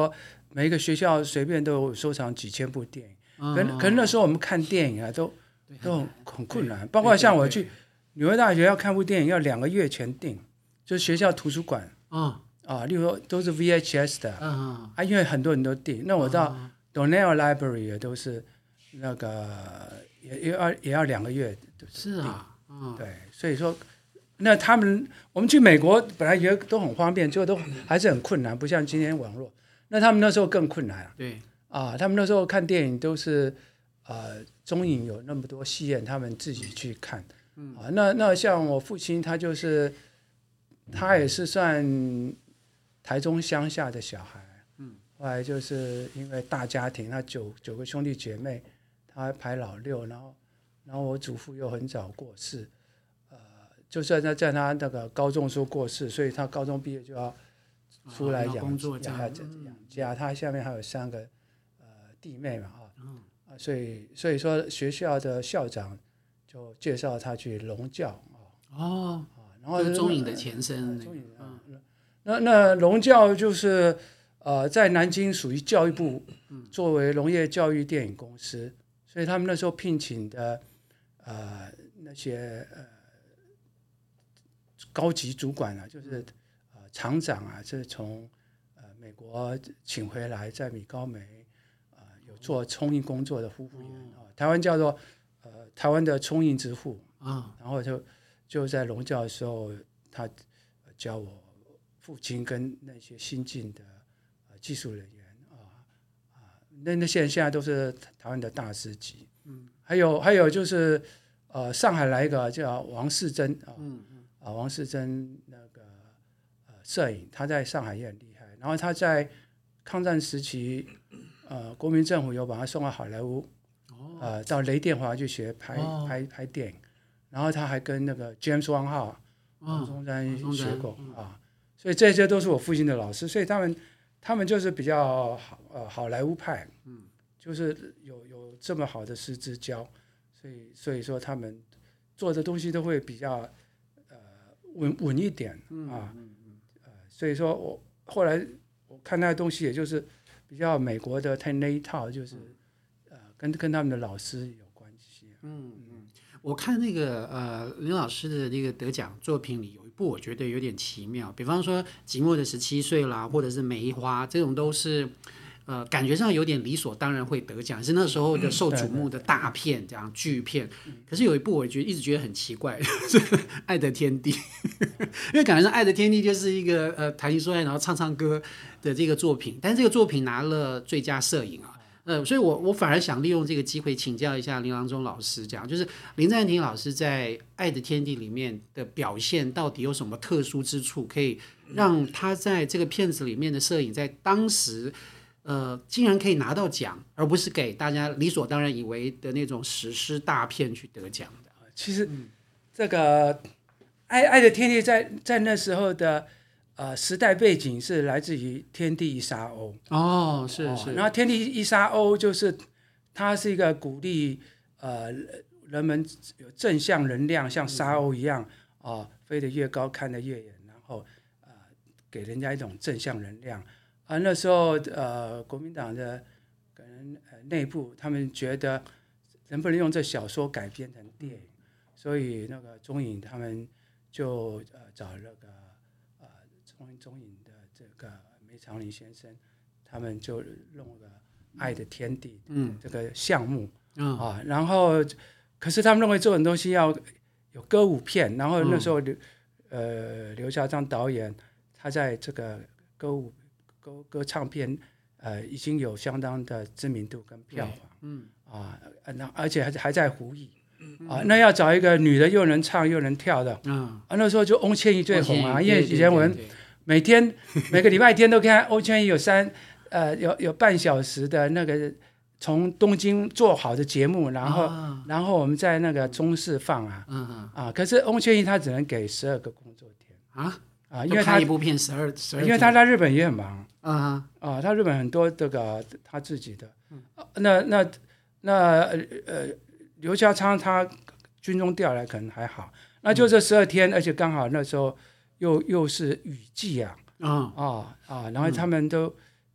每一个学校随便都有收藏几千部电影，嗯、可能可能那时候我们看电影啊都都很很困难，包括像我去纽约大学要看部电影要两个月前订，就是学校图书馆。 嗯啊，例如说都是 V H S 的， 嗯啊，因为很多人都订。那我到 Donnell Library 也都是那个也也要也要两个月。 是啊，嗯， 对，所以说，那他们我们去美国本来觉得都很方便，结果都还是很困难，不像今天网络。那他们那时候更困难啊。 对。 啊，他们那时候看电影都是呃中影有那么多戏院，他们自己去看。嗯。啊，那那像我父亲他就是他也是算台中乡下的小孩，嗯，后来就是因为大家庭，他九九个兄弟姐妹，他排老六，然后，然后我祖父又很早过世，呃，就算他在他那个高中时候过世，所以他高中毕业就要出来养、 哦、 养养家，他下面还有三个呃弟妹嘛啊，嗯、啊，所以所以说学校的校长就介绍他去龙教啊， 哦， 啊，然后就是中影的前身， 中影啊。那那龙教就是呃在南京属于教育部作为农业教育电影公司，所以他们那时候聘请的呃那些呃高级主管啊，就是呃厂长啊，是从呃美国请回来，在米高梅啊、呃、有做冲印工作的夫妇员啊、呃，台湾叫做呃台湾的冲印之父啊，然后就就在龙教的时候，他教我父亲跟那些新进的、呃、技术人员啊啊，那那些人现在都是台湾的大师级。嗯，还有还有就是呃，上海来一个叫王世珍啊，嗯嗯啊，王世珍那个呃摄影，他在上海也很厉害。然后他在抗战时期，呃，国民政府有把他送到好莱坞，哦、呃，到雷电华去学拍、哦、拍拍电影。然后他还跟那个 James 汪浩、王中山学过、嗯、啊。所以这些都是我父亲的老师，所以他们他们就是比较好呃好莱坞派，嗯，就是有有这么好的师资教，所以所以说他们做的东西都会比较呃稳稳一点啊，嗯嗯呃，所以说我后来我看那东西，也就是比较美国的他那一套，就是呃跟跟他们的老师有关系， 嗯嗯，我看那个呃林老师的那个得奖作品里有。不，我觉得有点奇妙。比方说，寂寞的十七岁啦，或者是梅花，这种都是，呃，感觉上有点理所当然会得奖，是那时候的受瞩目的大片，这样巨片。可是有一部我觉得一直觉得很奇怪，是《爱的天地》，因为感觉上《爱的天地》就是一个呃谈情说爱，然后唱唱歌的这个作品，但是这个作品拿了最佳摄影啊。呃，所以我我反而想利用这个机会请教一下林郎中老师，这样就是林赞廷老师在《爱的天地》里面的表现到底有什么特殊之处，可以让他在这个片子里面的摄影在当时呃竟然可以拿到奖，而不是给大家理所当然以为的那种史诗大片去得奖的。 其实这个爱爱的天地在在那时候的呃，时代背景是来自于天地一沙鸥哦，是是、哦， 然后天地一沙鸥就是它是一个鼓励呃人们有正向能量，像沙鸥一样啊、呃，飞得越高看得越远，然后呃给人家一种正向能量啊。那时候呃国民党的可能呃内部他们觉得能不能用这小说改编成电影，所以那个中影他们就呃找那个。中中影的这个梅长林先生，他们就弄了《爱的天地》这个项目、嗯、啊，然后可是他们认为这种东西要有歌舞片，然后那时候刘、嗯、呃刘家章导演他在这个歌舞歌歌唱片呃已经有相当的知名度跟票房，嗯啊，那而且还还在胡艺。啊，那要找一个女的又能唱又能跳的，嗯啊，那时候就翁倩玉最红啊，因为以前我们每天每个礼拜天都看翁倩玉有三呃有有半小时的那个从东京做好的节目，然后、啊、然后我们在那个中视放啊，嗯嗯啊，可是翁倩玉她只能给十二个工作天啊啊，因为她一部片十二十二， 因为她在日本也很忙啊啊，她日本很多这个她自己的，嗯啊、那那那呃刘家昌他军中调来可能还好，那就这十二天、嗯，而且刚好那时候又又是雨季啊，啊、嗯、啊，然后他们都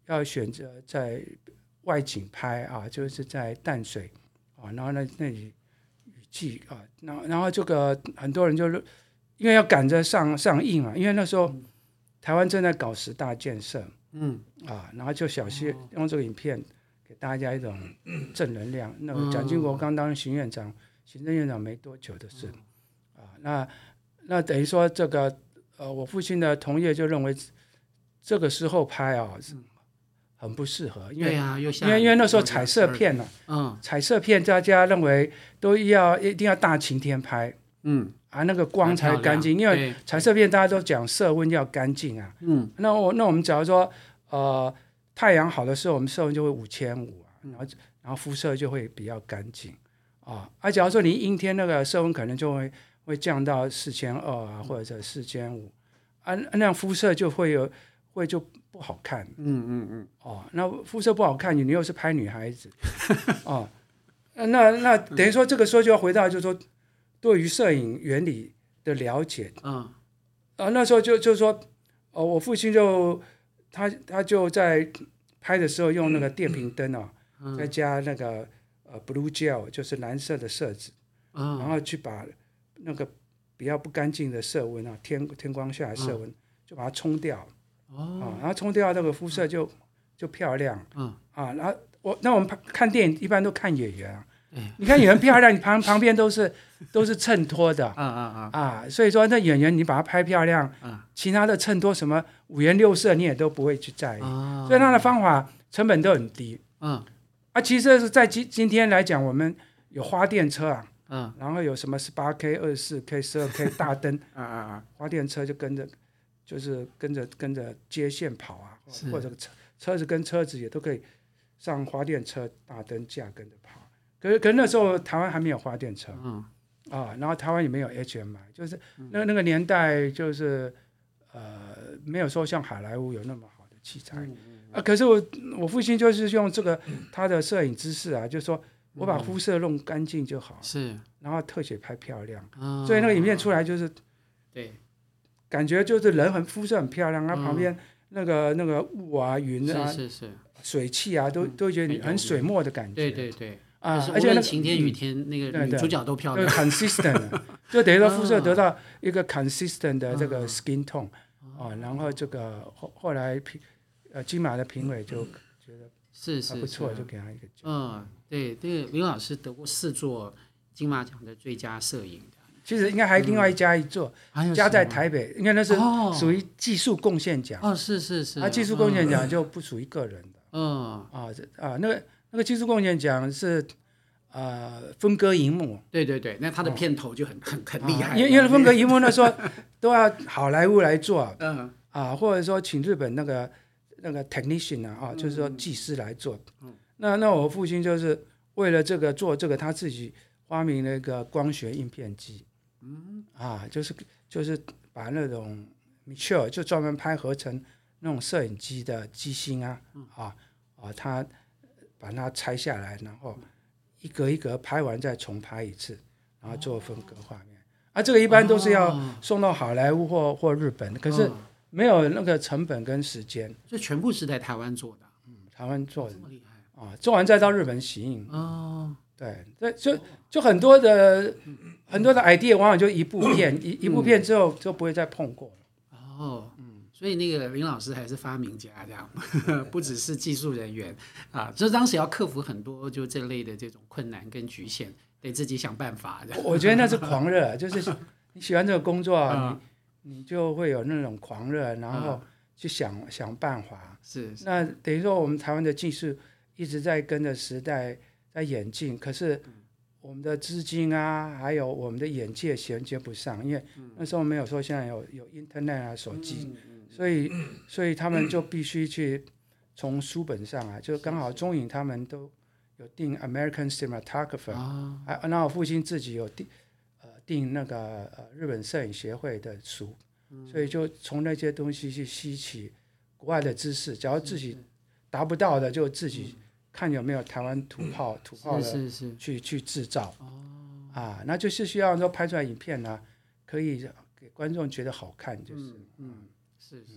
要选择在外景拍啊，就是在淡水啊，然后那那里雨季啊，然后然后这个很多人就是因为要赶着上上映嘛，因为那时候台湾正在搞十大建设，嗯啊，然后就小心用这个影片给大家一种正能量。那个蒋经国刚当行院长、行政院长没多久的事啊，那那等于说这个呃，我父亲的同业就认为这个时候拍啊是很不适合，因为、 啊、因为因为那时候彩色片呢、啊，嗯，彩色片大家认为都要一定要大晴天拍，嗯。啊，那个光才干净，因为彩色片大家都讲色温要干净啊。嗯，那我那我们假如说，呃，太阳好的时候，我们色温就会五千五啊，然后然后肤色就会比较干净啊。而、啊、假如说你阴天，那个色温可能就会会降到四千二啊，或者四千五啊，那样肤色就会有会就不好看。嗯嗯嗯。哦，那肤色不好看，你又是拍女孩子，哦，那那等于说这个时候就要回到就是说。对于摄影原理的了解，嗯，啊，那时候就就说，哦，我父亲就他他就在拍的时候用那个电瓶灯啊，嗯、再加那个呃 blue gel， 就是蓝色的色纸，嗯，然后去把那个比较不干净的色温啊，天天光下的色温、嗯、就把它冲掉，哦，啊，然后冲掉那个肤色就就漂亮，嗯，啊，然后我那我们看电影一般都看演员啊。你看演员漂亮，你旁旁边都是都是衬托的，啊啊啊啊！所以说那演员你把他拍漂亮，啊、其他的衬托什么五颜六色你也都不会去在意，啊、所以他的方法成本都很低，嗯啊，其实是在今今天来讲，我们有花电车啊，嗯，然后有什么十八 K、二十四 K、十二 K 大灯，啊啊啊，花电车就跟着就是跟着跟着接线跑啊，或者车车子跟车子也都可以上花电车大灯架跟着跑。可是，可是那时候台湾还没有花电车，嗯啊，然后台湾也没有 H M I， 就是那那个年代就是呃没有说像好莱坞有那么好的器材，嗯嗯、啊，可是我我父亲就是用这个他的摄影知识啊，就是说我把肤色弄干净就好，是、嗯，然后特写拍漂亮，嗯、所以那个影片出来就是，对，感觉就是人很肤色很漂亮，啊，旁边那个那个雾啊云啊，是是是，水汽啊，都都觉得很水墨的感觉，对对对。 啊，而且那晴天雨天，那个女主角都漂亮， consistent， 就等于说肤色得到一个 consistent 的这个 skin tone，啊，然后这个后后来评呃金马的评委就觉得是是不错，就给他一个奖。 嗯，对，这个林老师得过四座金马奖的最佳摄影的， 其实应该还另外加一座，加在台北，因为那是属于技术贡献奖。 哦，是是是， 啊，技术贡献奖就不属于个人的。嗯，啊啊那个。那个技术贡献奖是，呃，分割荧幕。 对对对，那他的片头就很很很厉害。 啊、因为因为分割荧幕那时候都要好莱坞来做，嗯啊，或者说请日本那个那个 technician 啊，啊就是说技师来做。嗯，那那我父亲就是为了这个做这个，他自己发明了一个光学印片机。嗯啊，就是就是把那种 Mitchell 就专门拍合成那种摄影机的机芯啊，啊啊他。把它拆下来，然后一格一格拍完再重拍一次，然后做分割画面。啊，这个一般都是要送到好莱坞或或日本，可是没有那个成本跟时间。 这全部是在台湾做的， 嗯，台湾做的，这么厉害啊！做完再到日本洗印。哦，对，对，就就很多的很多的 idea， 往往就一部片，一一部片之后就不会再碰过了。 哦，嗯。所以那个林老师还是发明家，这样不只是技术人员啊，就当时要克服很多就这类的这种困难跟局限，得自己想办法。 我觉得那是狂热，就是你喜欢这个工作，嗯、你你就会有那种狂热，然后去想、嗯、想办法。是，那等于说我们台湾的技术一直在跟着时代在演进，可是我们的资金啊，还有我们的眼界衔接不上，因为那时候没有说现在有有 internet 啊手机。嗯所以，所以他们就必须去从书本上啊，就刚好中影他们都有订 American Cinematographer，啊，那我父亲自己有订呃订那个呃日本摄影协会的书，所以就从那些东西去吸取国外的知识，假如自己达不到的，就自己看有没有台湾土炮土炮的去去制造，啊，那就是需要说拍出来影片呢、啊，可以给观众觉得好看，就是嗯。 是是，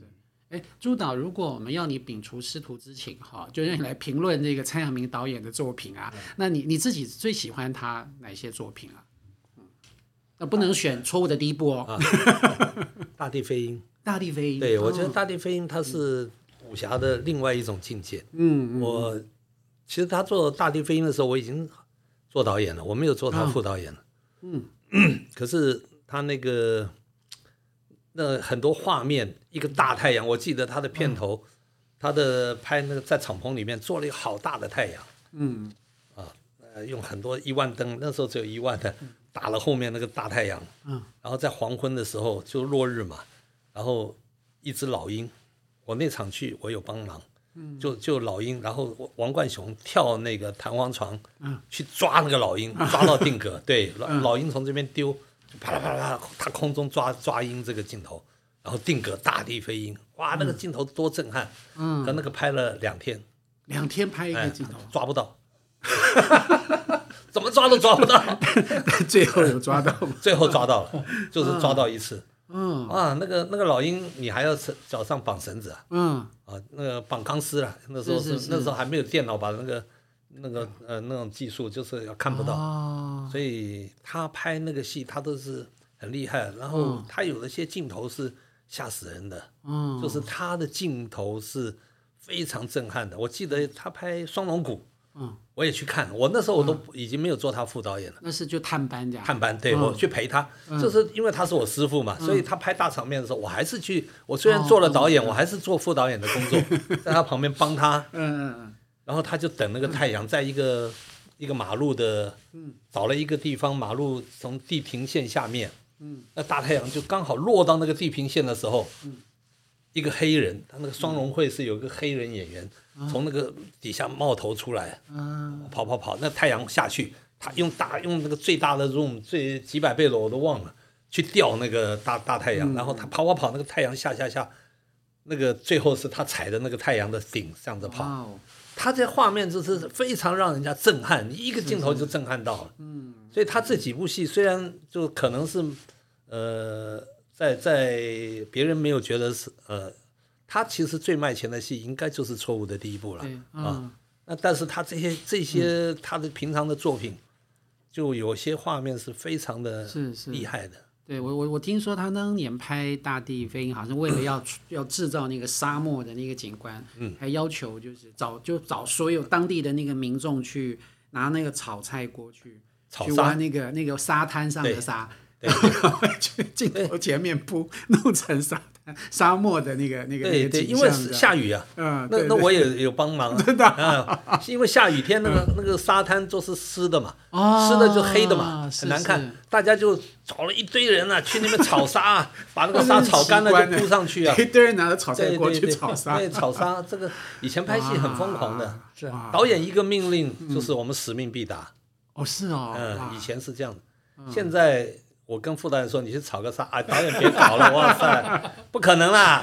哎，朱导，如果我们要你摒除师徒之情哈，就让你来评论这个蔡阳明导演的作品啊，嗯、那你你自己最喜欢他哪些作品啊？嗯，那不能选错误的第一部哦。 啊、大地飞鹰， 大地飞鹰， 对、哦、我觉得大地飞鹰它是武侠的另外一种境界。 嗯， 我其实他做大地飞鹰的时候，我已经做导演了，我没有做他副导演了。 嗯， 可是他那个。那很多画面，一个大太阳，我记得他的片头，嗯、他的拍那个在敞篷里面做了一个好大的太阳， 嗯， 啊，呃，用很多一万灯，那时候只有一万的，打了后面那个大太阳， 嗯， 然后在黄昏的时候就落日嘛，然后一只老鹰，我那场去我有帮忙，嗯，就就老鹰，然后王冠雄跳那个弹簧床， 嗯， 去抓那个老鹰，抓到定格，对，老老鹰从这边丢。啪啦啪啦啪，他空中抓抓鹰这个镜头，然后定格大地飞鹰，哇，那个镜头多震撼！嗯，跟那个拍了两天， 两天拍一个镜头， 哎、抓不到，怎么抓都抓不到， 最后有抓到， 最后抓到了，就是抓到一次。 嗯啊，那个那个老鹰，你还要脚上绑绳子啊？ 嗯啊，那个绑钢丝了，那时候是, 是, 是, 是那时候还没有电脑，把那个。那个呃那种技术就是要看不到， 哦、 所以他拍那个戏他都是很厉害。然后他有一些镜头是吓死人的， 嗯， 就是他的镜头是非常震撼的。我记得他拍《双龙谷》， 嗯， 我也去看，我那时候我都已经没有做他副导演了， 那是就探班这样。 探班，对、 嗯、 我去陪他、嗯，就是因为他是我师傅嘛、嗯，所以他拍大场面的时候，我还是去。我虽然做了导演，哦、我还是做副导演的工作，在他旁边帮他。 嗯嗯嗯。 然后他就等那个太阳，在一个、嗯、一个马路的，嗯，找了一个地方，马路从地平线下面，嗯，那大太阳就刚好落到那个地平线的时候，嗯，一个黑人，他那个双龙会是有个黑人演员、嗯、从那个底下冒头出来，嗯，跑跑跑，那太阳下去，他用大用那个最大的 zoom 最几百倍的我都忘了，去钓那个大大太阳、嗯，然后他跑跑跑，那个太阳下下下，那个最后是他踩的那个太阳的顶这样子跑。哦，他这画面就是非常让人家震撼，你一个镜头就震撼到了。嗯，所以他这几部戏虽然就可能是，呃，在在别人没有觉得是呃，他其实最卖钱的戏应该就是《错误的第一步》了、嗯、啊。那但是他这些这些他的平常的作品，就有些画面是非常的厉害的。 对，我我我听说他当年拍《大地飞鹰》，好像为了要要制造那个沙漠的那个景观，嗯，还要求就是找就找所有当地的那个民众去拿那个炒菜锅去去挖那个那个沙滩上的沙，对，去镜头前面铺弄成沙滩沙漠的那个那个对那个对，因为下雨啊， 嗯， 那那我也有帮忙、啊， 真的、 啊，因为下雨天那个、嗯、那个沙滩都是湿的嘛，哦、湿的就黑的嘛，很难看，大家就找了一堆人啊，去那边炒沙、啊，把那个沙炒干了就铺上去啊， 一堆人拿着炒菜锅去炒沙， 对，炒沙这个以前拍戏很疯狂的，是啊，导演一个命令就是我们使命必达， 哦是哦， 嗯，以前是这样的，嗯、现在。我跟副导演说：“你去炒个沙啊，导演别搞了，哇塞，不可能啦！”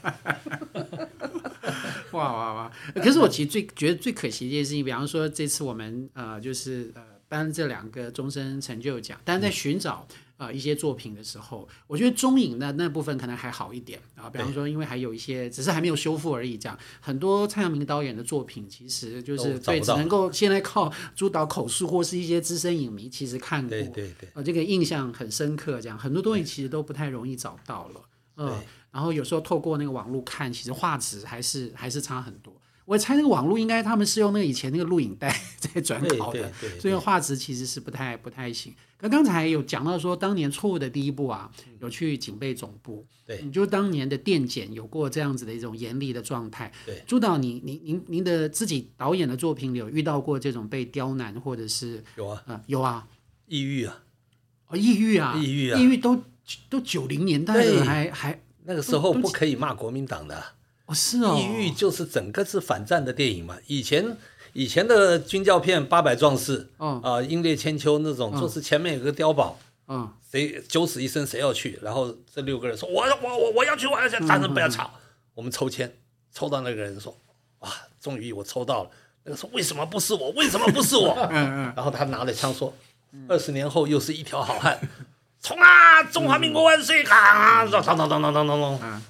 哇哇哇！可是我其实最觉得最可惜的一件事情，比方说这次我们呃就是呃颁这两个终身成就奖，但是在寻找呃一些作品的时候，我觉得中影的那部分可能还好一点啊。比方说，因为还有一些只是还没有修复而已，这样很多蔡阳明导演的作品其实就是对只能够现在靠朱导口述或是一些资深影迷其实看过， 对对对， 呃这个印象很深刻，这样很多东西其实都不太容易找到了，呃，然后有时候透过那个网络看，其实画质还是还是差很多。我猜那个网络应该他们是用那个以前那个录影带在转拷的， 对对对， 所以画质其实是不太不太行。可刚才有讲到说，当年错误的第一部啊，有去警备总部， 对， 你就当年的电检有过这样子的一种严厉的状态。 对， 朱导，你你您您的自己导演的作品里有遇到过这种被刁难或者是有啊、 呃、有啊， 抑郁啊， 哦抑郁啊， 抑郁啊， 抑郁都都九零年代了，还还那个时候不可以骂国民党的。 哦，是哦， 抑郁就是整个是反战的电影嘛。以前以前的军教片《八百壮士》啊、呃，《英烈千秋》那种，就是前面有个碉堡，嗯，谁九死一生谁要去，然后这六个人说我我我我要去，我要去，战争不要吵，嗯嗯嗯，我们抽签，抽到那个人说，哇，终于我抽到了。那个说为什么不是我？为什么不是我？嗯嗯，然后他拿着枪说，二十年后又是一条好汉，冲啊！中华民国万岁！啊！当当当当当当当。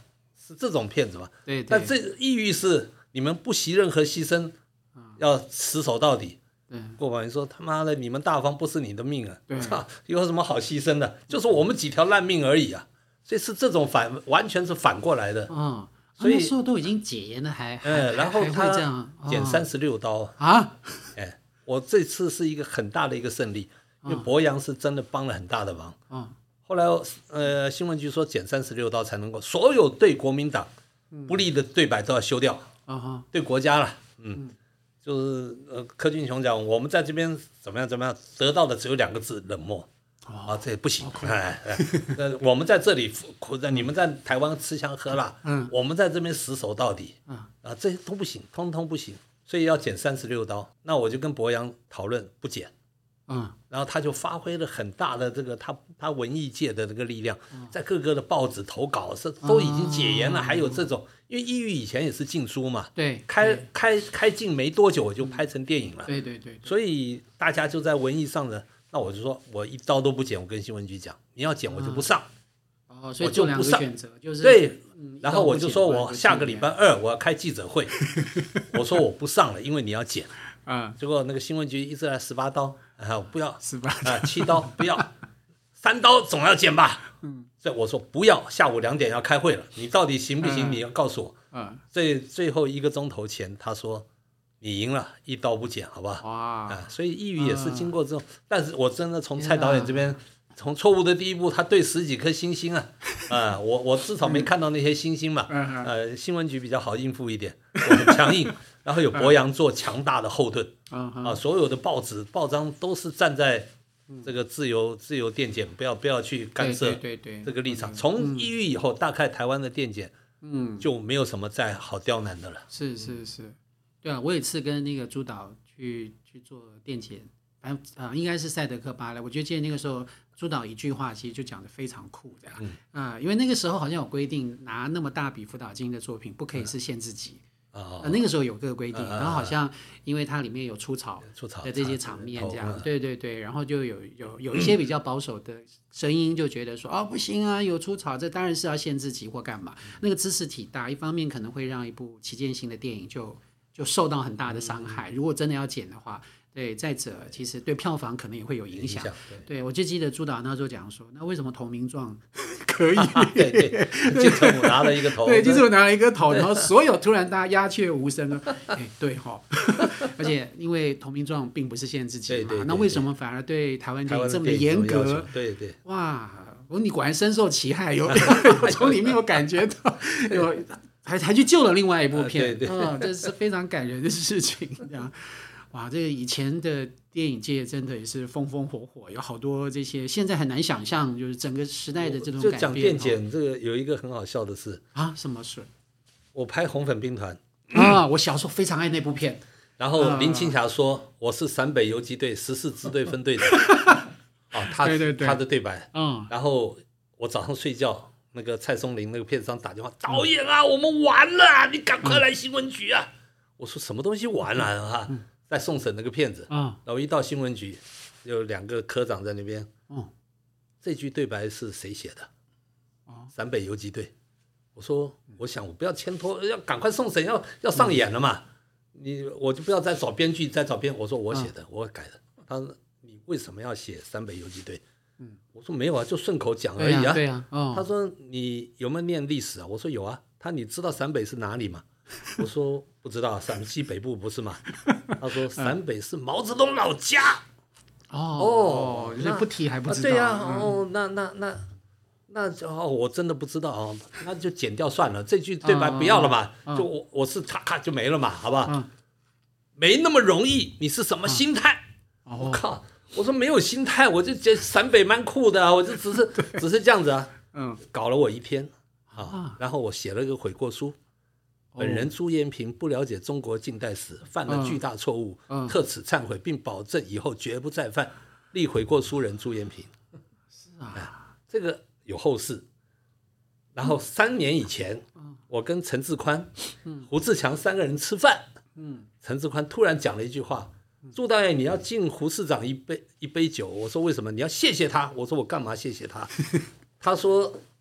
是这种骗子嘛？ 对对。 但这抑郁是你们不惜任何牺牲，要持守到底。 对， 郭宝元说：“他妈的，你们大方不是你的命啊！ 对， 有什么好牺牲的？就是我们几条烂命而已啊！所以是这种反，完全是反过来的。 嗯， 所以那时候都已经解严了，还哎，然后他减三十六刀啊！ 哎，我这次是一个很大的一个胜利，因为博洋是真的帮了很大的忙。嗯，后来呃，新闻局说减三十六刀才能够，所有对国民党不利的对白都要修掉。啊对国家了，嗯。”就是呃，柯俊雄讲，我们在这边怎么样怎么样，得到的只有两个字：冷漠。啊，这也不行。哎，呃，我们在这里苦着，你们在台湾吃香喝辣，嗯，我们在这边死守到底，嗯，啊，这些都不行，通通不行，所以要减三十六刀。那我就跟博洋讨论不减，嗯，然后他就发挥了很大的这个他他文艺界的这个力量，在各个的报纸投稿是都已经解严了，还有这种。因为抑郁以前也是禁书嘛， 对， 开开开禁没多久我就拍成电影了， 对对 对, 对， 所以大家就在文艺上的，那我就说我一刀都不剪，我跟新闻局讲，你要剪我就不上， 哦，所以做两个选择就是， 对，嗯、然后我就说我下个礼拜二我要开记者会，我说我不上了，因为你要剪，啊，结果那个新闻局一直来十八刀，啊，不要十八啊，七刀不要，三刀总要剪吧，嗯。所以我说不要，下午两点要开会了，你到底行不行？嗯、你要告诉我。嗯，最最后一个钟头前，他说你赢了，一刀不剪，好不好？哇啊！所以抑郁也是经过这种，嗯、但是我真的从蔡导演这边，从错误的第一步，他对十几颗星星啊，啊，我我至少没看到那些星星嘛。嗯、呃，新闻局比较好应付一点，我很强硬，然后有博洋做强大的后盾。啊，所有的报纸报章都是站在。这个自由自由电检，不要不要去干涉这个立场。从抑郁以后，大概台湾的电检，嗯，就没有什么再好刁难的了。 是是是，对啊，我有一次跟那个朱导去去做电检，反正啊、呃、应该是赛德克巴莱，我觉得记得那个时候朱导一句话其实就讲得非常酷的啊、嗯呃，因为那个时候好像有规定，拿那么大笔辅导金的作品不可以是限自己。嗯哦、那个时候有这个规定，然后好像因为它里面有出草的这些场面，这样，对对对，然后就有有有一些比较保守的声音就觉得说，哦不行啊，有出草，这当然是要限自己或干嘛，那个知识体大，一方面可能会让一部旗舰型的电影就就受到很大的伤害，如果真的要剪的话。对，再者其实对票房可能也会有影响。对，对我就记得朱导那时候讲说，那为什么投名状可以？ 对对，金城武拿了一个头， 对，金城武拿了一个头，然后所有突然大家鸦雀无声了。哎，对哈、哦，而且因为投名状并不是限制级嘛， 对对对对， 那为什么反而对台湾电影这么的严格？ 对对， 哇，我你果然深受其害，有从里面有感觉到有还还去救了另外一部片，啊、对对哦，这是非常感人的事情，这样。哇，这个以前的电影界真的也是风风火火，有好多这些现在很难想象，就是整个时代的这种改变。 就讲电检这个有一个很好笑的事啊，什么事？ 我拍《红粉兵团》 啊，我小时候非常爱那部片。 然后林青霞说：“啊、我是陕北游击队十四支队分队长。”啊，他对对对他的对白。嗯。然后我早上睡觉，那个蔡松林那个片商打电话：“导演啊，我们完了，你赶快来新闻局啊！”嗯、我说：“什么东西完了啊？”嗯在送审那个片子，嗯、然后一到新闻局，有两个科长在那边。嗯、这句对白是谁写的？哦、陕北游击队。我说，我想我不要牵拖，要赶快送审，要要上演了嘛。嗯、你我就不要再找编剧，再找编。我说我写的，嗯、我改的。他说你为什么要写陕北游击队？嗯、我说没有啊，就顺口讲而已啊。 对啊。对啊哦、 他说你有没有念历史啊？我说有啊。他你知道陕北是哪里吗？我说不知道，陕西北部不是吗？他说陕北是毛泽东老家。 哦哦，那不提还不知道。 啊对呀、啊，哦，那那那那哦，我真的不知道哦，那就剪掉算了，这句对白不要了嘛，嗯、就我我是咔咔就没了嘛，好不好？嗯、没那么容易，你是什么心态？嗯、我靠，我说没有心态，我就觉得陕北蛮酷的、啊，我就只是只是这样子啊，嗯，搞了我一天啊，然后我写了个悔过书。本人朱延平不了解中国近代史，犯了巨大错误，嗯、特此忏悔，并保证以后绝不再犯。立悔过书人朱延平。 是啊、哎， 这个有后事。然后三年以前，嗯、我跟陈志宽、嗯、胡志强三个人吃饭，嗯、陈志宽突然讲了一句话：“朱导演，你要敬胡市长一杯一杯酒。”我说：“为什么？你要谢谢他。”我说：“我干嘛谢谢他？”他说。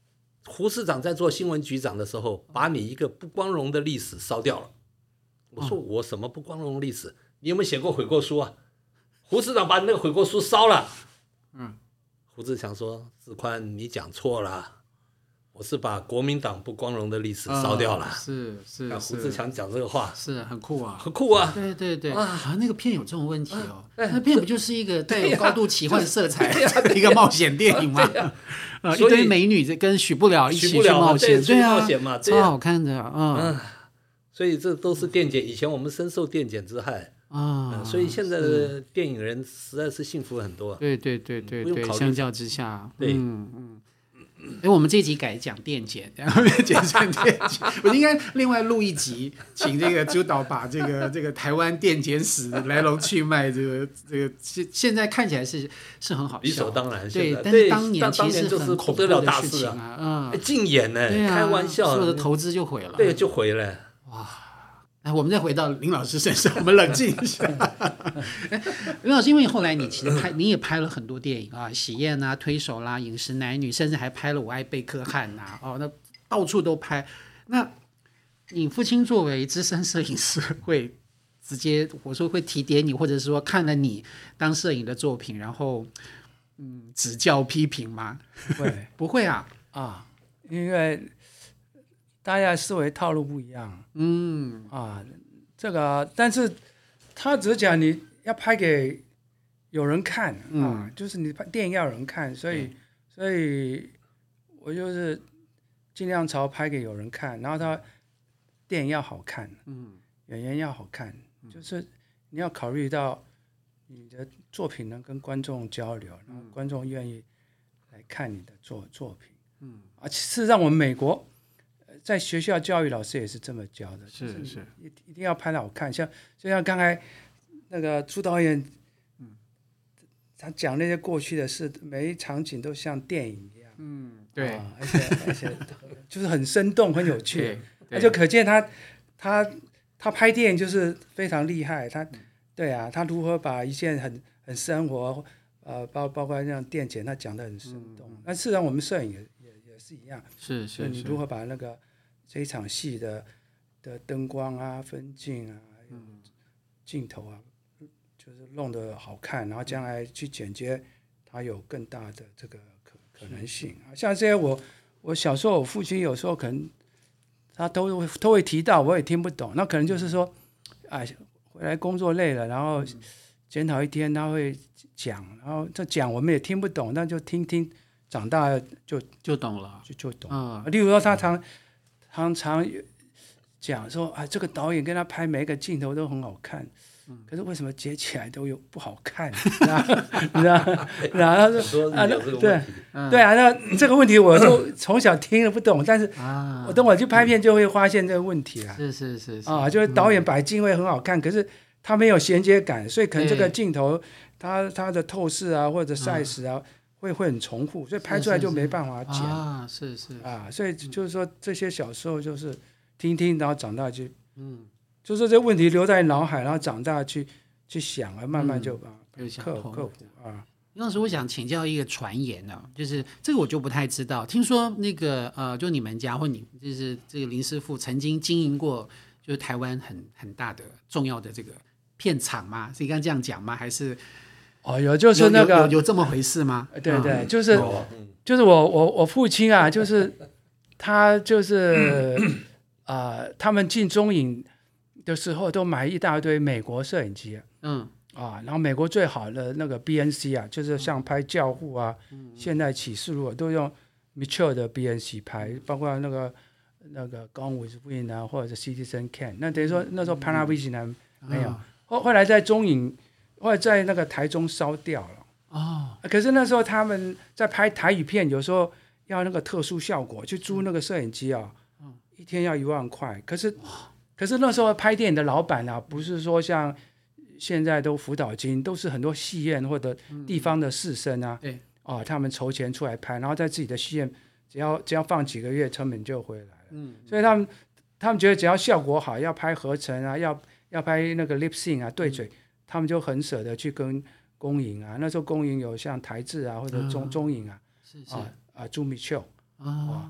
胡市长在做新闻局长的时候，把你一个不光荣的历史烧掉了。我说我什么不光荣的历史？你有没有写过悔过书啊？胡市长把你那个悔过书烧了。嗯，胡志强说：“志宽，你讲错了。”我是把国民党不光荣的历史烧掉了。 哦、是是胡志强讲这个话是很酷啊， 很酷啊。 对对对啊，那个片有这种问题哦。啊、那片不就是一个带有高度奇幻色彩的一个冒险电影吗？啊，一堆美女跟许不了一起去冒险，对啊，超好看的啊、嗯。 所以这都是电检，以前我们深受电检之害啊、嗯，所以现在的电影人实在是幸福很多。 对对对对对，相较之下，对，嗯嗯。哎，我们这一集改讲电检，然后简称电检。我应该另外录一集，请这个朱导把这个这个台湾电检史的来龙去脉，这个这个现现在看起来是是很好笑， 理所当然。 对，但是当年其实很恐怖的事情啊， 嗯，禁演呢，开玩笑， 所有的投资就毁了， 对，就毁了。 哇！哎，我们再回到林老师身上，我们冷静一下。林老师，因为后来你其实拍，你也拍了很多电影啊，《喜宴》啊，《推手》啦，《饮食男女》，甚至还拍了《我爱贝克汉》呐，哦，那到处都拍。那你父亲作为资深摄影师，会直接我说会提点你，或者是说看了你当摄影的作品，然后嗯指教批评吗？ 不会， 不会啊啊，因为大家思维套路不一样，嗯啊，这个，但是他只讲你要拍给有人看、嗯、啊，就是你拍电影要有人看，所以、嗯、所以我就是尽量朝拍给有人看，然后他电影要好看，嗯，演员要好看，嗯、就是你要考虑到你的作品能跟观众交流，然后观众愿意来看你的作作品，嗯，啊，事实上我们美国。在学校教育老师也是这么教的， 是是， 就是一定要拍得好看，像就像刚才那个朱导演，嗯，他讲那些过去的事，每一场景都像电影一样， 嗯，对， 啊、而且而且就是很生动、很有趣，那就可见他他他拍电影就是非常厉害，他、嗯、对啊，他如何把一件很很生活，呃，包包括像电剪，他讲得很生动，嗯、但事实上我们摄影也也也是一样， 是是， 你如何把那个这一场戏的的灯光啊、分镜啊、嗯、镜头啊，就是弄得好看，然后将来去剪接，它有更大的这个可可能性啊。像这些我，我我小时候我父亲有时候可能他都会都会提到，我也听不懂。那可能就是说，啊，回来工作累了，然后检讨一天，他会讲，然后这讲我们也听不懂，那就听听，长大就就懂了， 就就懂。嗯，例如说他常。常常讲说啊，这个导演跟他拍每一个镜头都很好看，嗯、可是为什么接起来都有不好看？然后，然后他说啊，对、嗯、对啊，那这个问题我就从小听了不懂，但是我等我去拍片就会发现这个问题了。 是是是是啊，就是导演摆镜位很好看，嗯、可是他没有衔接感，所以可能这个镜头它它的透视啊或者 size 啊。嗯会会很重复，所以拍出来就没办法剪啊，是是啊，所以就是说这些小时候就是听听，然后长大就嗯，就是说这问题留在脑海，然后长大去去想，而慢慢就把克克服啊。 那时候我想请教一个传言呢、啊，就是这个我就不太知道，听说那个呃，就你们家或你就是这个林师傅曾经经营过，就是台湾很很大的重要的这个片场吗？是应该这样讲吗？还是？ 哦，有就是那个有, 有, 有这么回事吗？ 对对，嗯、就是、嗯、就是我我我父亲啊，就是他就是啊、呃，他们进中影的时候都买一大堆美国摄影机，嗯啊，然后美国最好的那个 B N C 啊，就是像拍教父啊、嗯、现代启示录都用 Mitchell 的 B N C 拍，包括那个那个 Gone with Wind 啊，或者是 Citizen Kane， 那等于说那时候 Panavision 没有，嗯、后后来在中影。后来在那个台中烧掉了哦，可是那时候他们在拍台语片，有时候要那个特殊效果，去租那个摄影机啊，嗯、一天要一万块。可是，可是那时候拍电影的老板啊，不是说像现在都辅导金，都是很多戏院或者地方的士绅啊，嗯、哦，他们筹钱出来拍，然后在自己的戏院，只要只要放几个月，成本就回来了。嗯，所以他们他们觉得只要效果好，要拍合成啊，要要拍那个 lip sync 啊，对嘴。嗯他们就很舍得去跟公营啊，那时候公营有像台制啊或者中、嗯、中影啊， 是是啊啊朱米秋啊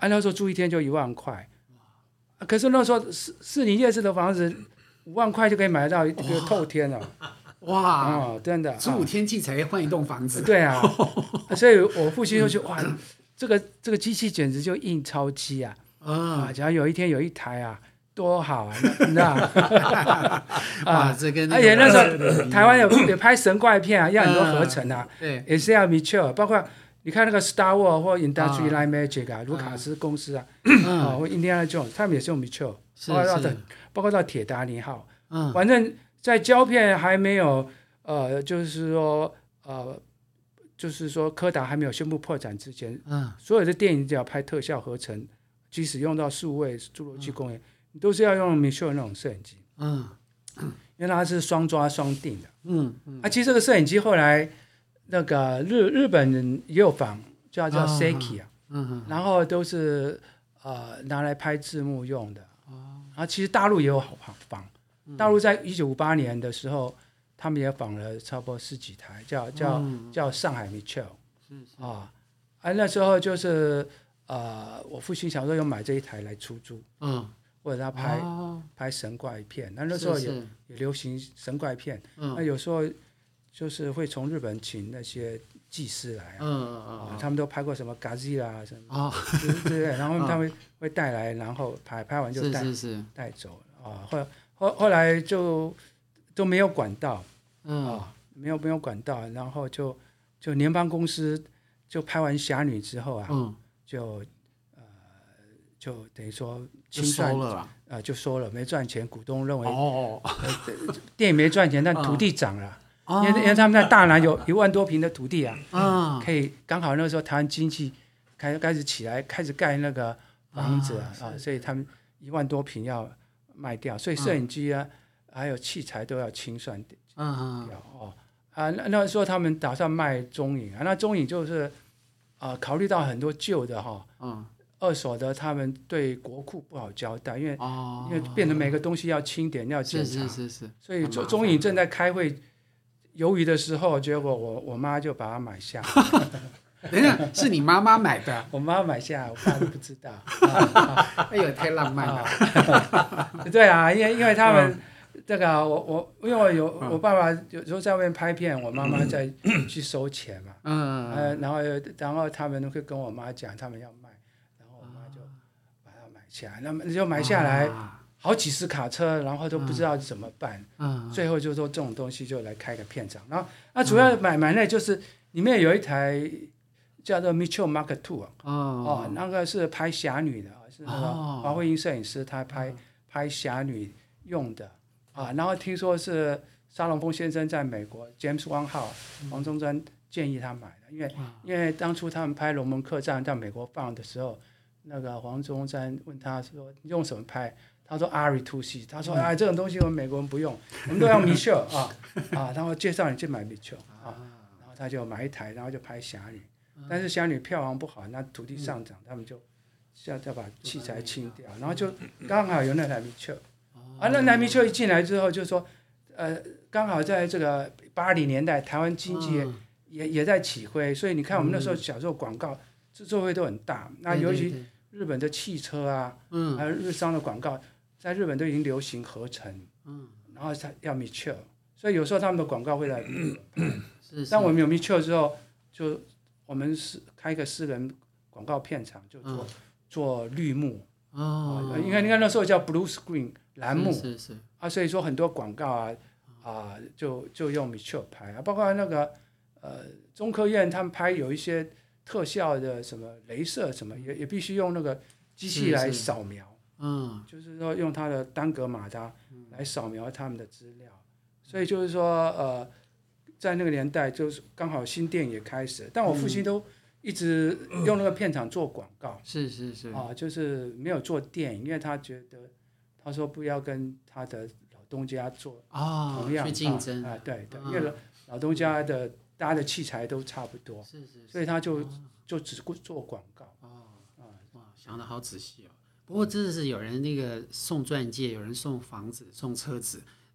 啊，那时候住一天就一万块，啊、可是那时候士士林夜市的房子五万块就可以买到一个透天了。 哇， 哦，真的， 十五天计才换一栋房子。 对啊，所以我父亲就觉得哇，这个这个机器简直就印钞机啊！啊，假如有一天有一台啊，多好啊，你知道吗？ 啊，这跟而且那时候台湾有有拍神怪片啊，要很多合成啊， 对， 也是要 Mitchell， 包括你看那个 Star Wars 或 Industrial Light Magic 啊，卢卡斯公司啊，啊或 Indiana Jones， 他们也是用 Mitchell， 包括到包括到铁达尼号，嗯，反正。在胶片还没有，呃，就是说，呃，就是说柯达还没有宣布破产之前，嗯，所有的电影只要拍特效合成，即使用到数位侏罗纪公园，你都是要用 Mitchell 那种摄影机，嗯，因为它是双抓双定的，嗯嗯。啊，其实这个摄影机后来那个日日本人也有仿，叫叫 Seiki 啊，嗯嗯，然后都是呃拿来拍字幕用的，哦，然后其实大陆也有仿。大陆在一九五八年的时候，他们也仿了差不多十几台，叫叫、嗯、叫上海 Mitchell 啊，啊那时候就是呃，我父亲想说要买这一台来出租，嗯，或者他拍、哦、拍神怪片，那那时候也是是也流行神怪片，嗯，那有时候就是会从日本请那些技师来啊，嗯嗯嗯啊，他们都拍过什么 Godzilla 什么，哦，对对对，然后他们会带来，然后拍拍完就带是是是带走啊，或者。后后来就都没有管道，嗯、哦，没有没有管道，然后就就联邦公司就拍完《侠女》之后啊，嗯、就呃就等于说清算了啊、呃，就说了没赚钱，股东认为哦、呃，电影没赚钱，但土地涨了，哦、因为因为他们在大南有一万多坪的土地啊，嗯、可以刚好那个时候台湾经济开开始起来，开始盖那个房子啊，啊所以他们一万多坪要卖掉，所以摄影机啊，嗯、还有器材都要清算掉。嗯嗯哦啊，那那时候他们打算卖中影啊，那中影就是啊、呃，考虑到很多旧的哈，嗯，二手的他们对国库不好交代，因为、哦、因为变成每个东西要清点要检查，是是是是，所以中中影正在开会犹豫的时候，结果我我妈就把它买下。 等一下，是你妈妈买的？ 我妈买下，我爸都不知道。 哎呦，太浪漫了！ 对啊，因为因为他们、嗯、这个，我我因为我有、嗯、我爸爸有时候在外面拍片，我妈妈在去收钱嘛。嗯、呃、然后然后他们会跟我妈讲，他们要卖，然后我妈就把它买下来，那么就买下来好几十卡车，然后都不知道怎么办。嗯、最后就说这种东西就来开个片场，然后那主要买买那就是里面有一台。叫做 Mitchell Mark two 啊，哦, 哦，那个是拍侠女的，是那个黄慧英摄影师他拍、哦、拍侠女用的啊。然后听说是沙龙峰先生在美国 James Wong 号，黄宗贞建议他买的，因为、嗯、因为当初他们拍《龙门客栈》在美国放的时候，那个黄宗贞问他说你用什么拍？他说 R E two C， 他说、嗯、啊这种东西我们美国人不用，我们都要 Mitchell 啊啊，然后介绍你去买 Mitchell 啊，然后他就买一台，然后就拍侠女。但是侠女票房不好，那土地上涨，嗯、他们就要要把器材清掉，然后就刚好有那台 Mitchell，、哦、啊，那台 Mitchell 一进来之后，就说，呃，刚好在这个八零年代，台湾经济也、嗯、也, 也在起飞，所以你看我们那时候小时候广告制作费都很大，嗯、那尤其日本的汽车啊，嗯、还有日商的广告，在日本都已经流行合成，嗯、然后才要 Mitchell， 所以有时候他们的广告会来日本拍，是是当我们有 Mitchell 之后，就我们是开一个私人广告片场，就做、嗯、做绿幕哦，因为你看那时候叫 blue screen 蓝幕，是是是啊，所以说很多广告啊啊就就用 Mitchell 拍啊，包括那个呃中科院他们拍有一些特效的什么雷射什么也也必须用那个机器来扫描，是是嗯，就是说用它的单格马达来扫描他们的资料，所以就是说呃。在那个年代，就是刚好新电影也开始，但我父亲都一直用那个片场做广告， 是是是啊，就是没有做电影，因为他觉得他说不要跟他的老东家做同样、哦、 去竞争啊, 啊，对对，因为老东家的大家的器材都差不多，是是，所以他就、哦、就只做广告哦啊，哇，想得好仔细哦。不过真的是有人那个送钻戒，有人送房子、送车子。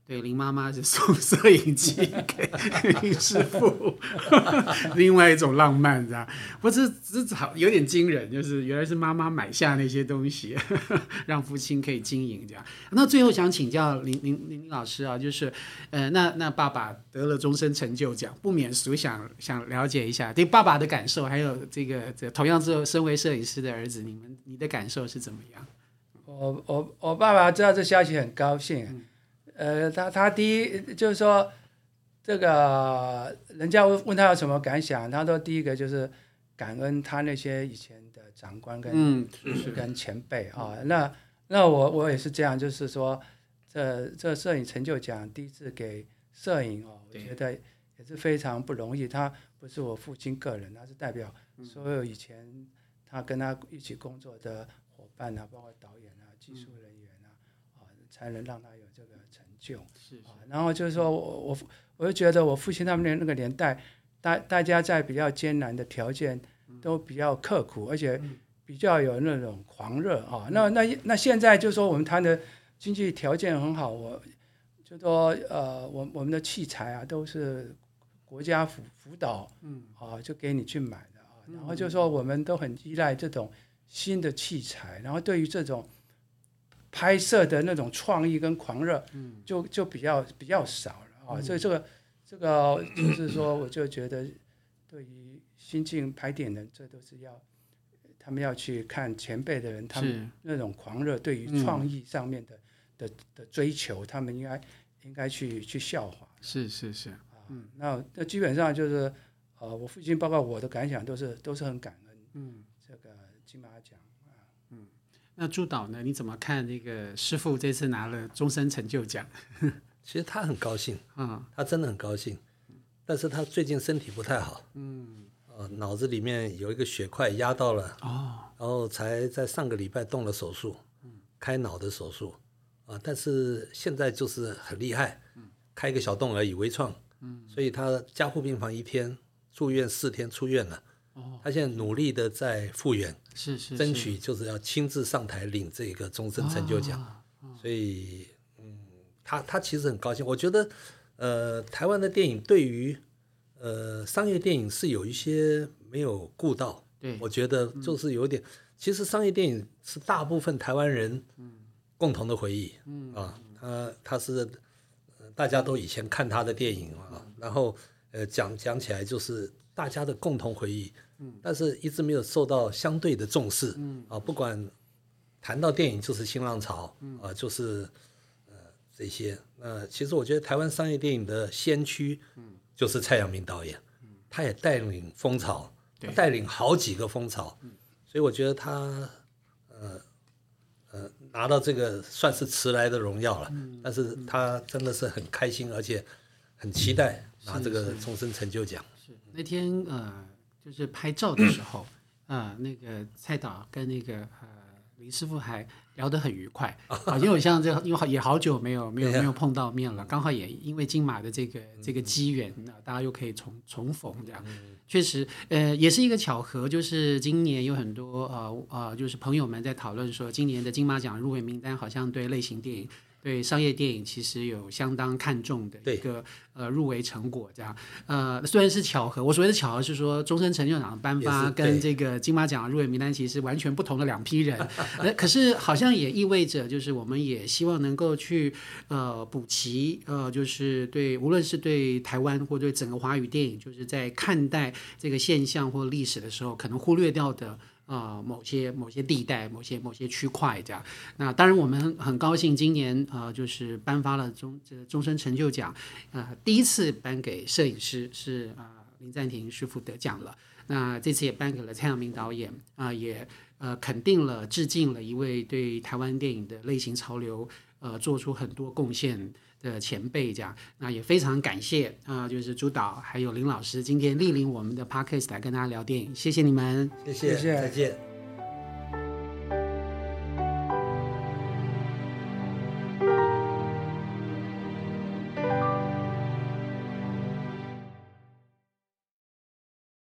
对，林妈妈是送摄影机给林师傅，另外一种浪漫，这样。不是，这好有点惊人，就是原来是妈妈买下那些东西，让父亲可以经营这样。那最后想请教林林林老师啊，就是呃，那那爸爸得了终身成就奖，不免俗想想了解一下对爸爸的感受，还有这个这同样是身为摄影师的儿子，你们你的感受是怎么样？ 我我我爸爸知道这消息很高兴。嗯呃，他他第一就是说，这个人家问他有什么感想，他说第一个就是感恩他那些以前的长官跟、 嗯、是是跟前辈啊。那那我我也是这样，就是说，这这摄影成就奖第一次给摄影哦，我觉得也是非常不容易。他不是我父亲个人，他是代表所有以前他跟他一起工作的伙伴啊，包括导演啊、技术人员啊，啊，才能让他有这个成就。 是是啊，然后就是说我我我就觉得我父亲他们那个年代，大大家在比较艰难的条件都比较刻苦，而且比较有那种狂热啊。那那那现在就说我们谈的经济条件很好，我就说呃，我我们的器材啊都是国家辅辅导，嗯啊，就给你去买的啊。然后就说我们都很依赖这种新的器材，然后对于这种拍摄的那种创意跟狂热，就就比较比较少了啊。所以这个这个就是说，我就觉得对于新进拍电影人，这都是要他们要去看前辈的人，他们那种狂热对于创意上面的、嗯、的的追求，他们应该应该去去效法。 是是是， 嗯，那那基本上就是呃，我父亲包括我的感想都是都是很感恩，嗯，这个金马奖。 那朱导呢？你怎么看这个师父这次拿了终身成就奖？ 其实他很高兴，嗯，他真的很高兴，但是他最近身体不太好，嗯，呃，脑子里面有一个血块压到了，哦，然后才在上个礼拜动了手术，嗯，开脑的手术，啊、呃，但是现在就是很厉害，嗯，开一个小洞而已，微创，嗯，所以他加护病房一天，住院四天，出院了。他现在努力的在复原， 是是， 争取就是要亲自上台领这个终身成就奖，哦哦、所以，嗯，他他其实很高兴。我觉得，呃，台湾的电影对于呃商业电影是有一些没有顾到， 对， 我觉得就是有点，嗯、其实商业电影是大部分台湾人共同的回忆，嗯啊，他他是大家都以前看他的电影啊，然后呃讲讲起来就是大家的共同回忆。但是一直没有受到相对的重视，嗯啊，不管谈到电影就是新浪潮，嗯啊，就是呃这些。那其实我觉得台湾商业电影的先驱，嗯，就是蔡阳明导演，嗯，他也带领风潮，带领好几个风潮，嗯，所以我觉得他呃呃拿到这个算是迟来的荣耀了，嗯，但是他真的是很开心，而且很期待拿这个终身成就奖。 是, 是那天呃。就是拍照的时候，啊、呃，那个蔡导跟那个呃林师傅还聊得很愉快啊，因为像这因为也好久没有没有没有碰到面了，刚好也因为金马的这个这个机缘，那大家又可以重重逢这样，确实呃也是一个巧合，就是今年有很多呃呃就是朋友们在讨论说，今年的金马奖入围名单好像对类型电影。对商业电影其实有相当看重的一个呃入围成果，这样呃虽然是巧合，我所谓的巧合是说终身成就奖的颁发跟这个金马奖入围名单其实完全不同的两批人，呃可是好像也意味着就是我们也希望能够去呃补齐呃就是对无论是对台湾或对整个华语电影，就是在看待这个现象或历史的时候可能忽略掉的。呃，某些某些地带，某些某些区块这样。那当然，我们很高兴，今年呃，就是颁发了终这终身成就奖，呃，第一次颁给摄影师是啊、呃、林赞廷师傅得奖了。那这次也颁给了蔡阳明导演啊、呃，也呃肯定了、致敬了一位对台湾电影的类型潮流呃做出很多贡献的前辈，这样。那也非常感谢啊、呃，就是朱导还有林老师今天莅临我们的 podcast 来跟大家聊电影，谢谢你们， 谢谢，再见。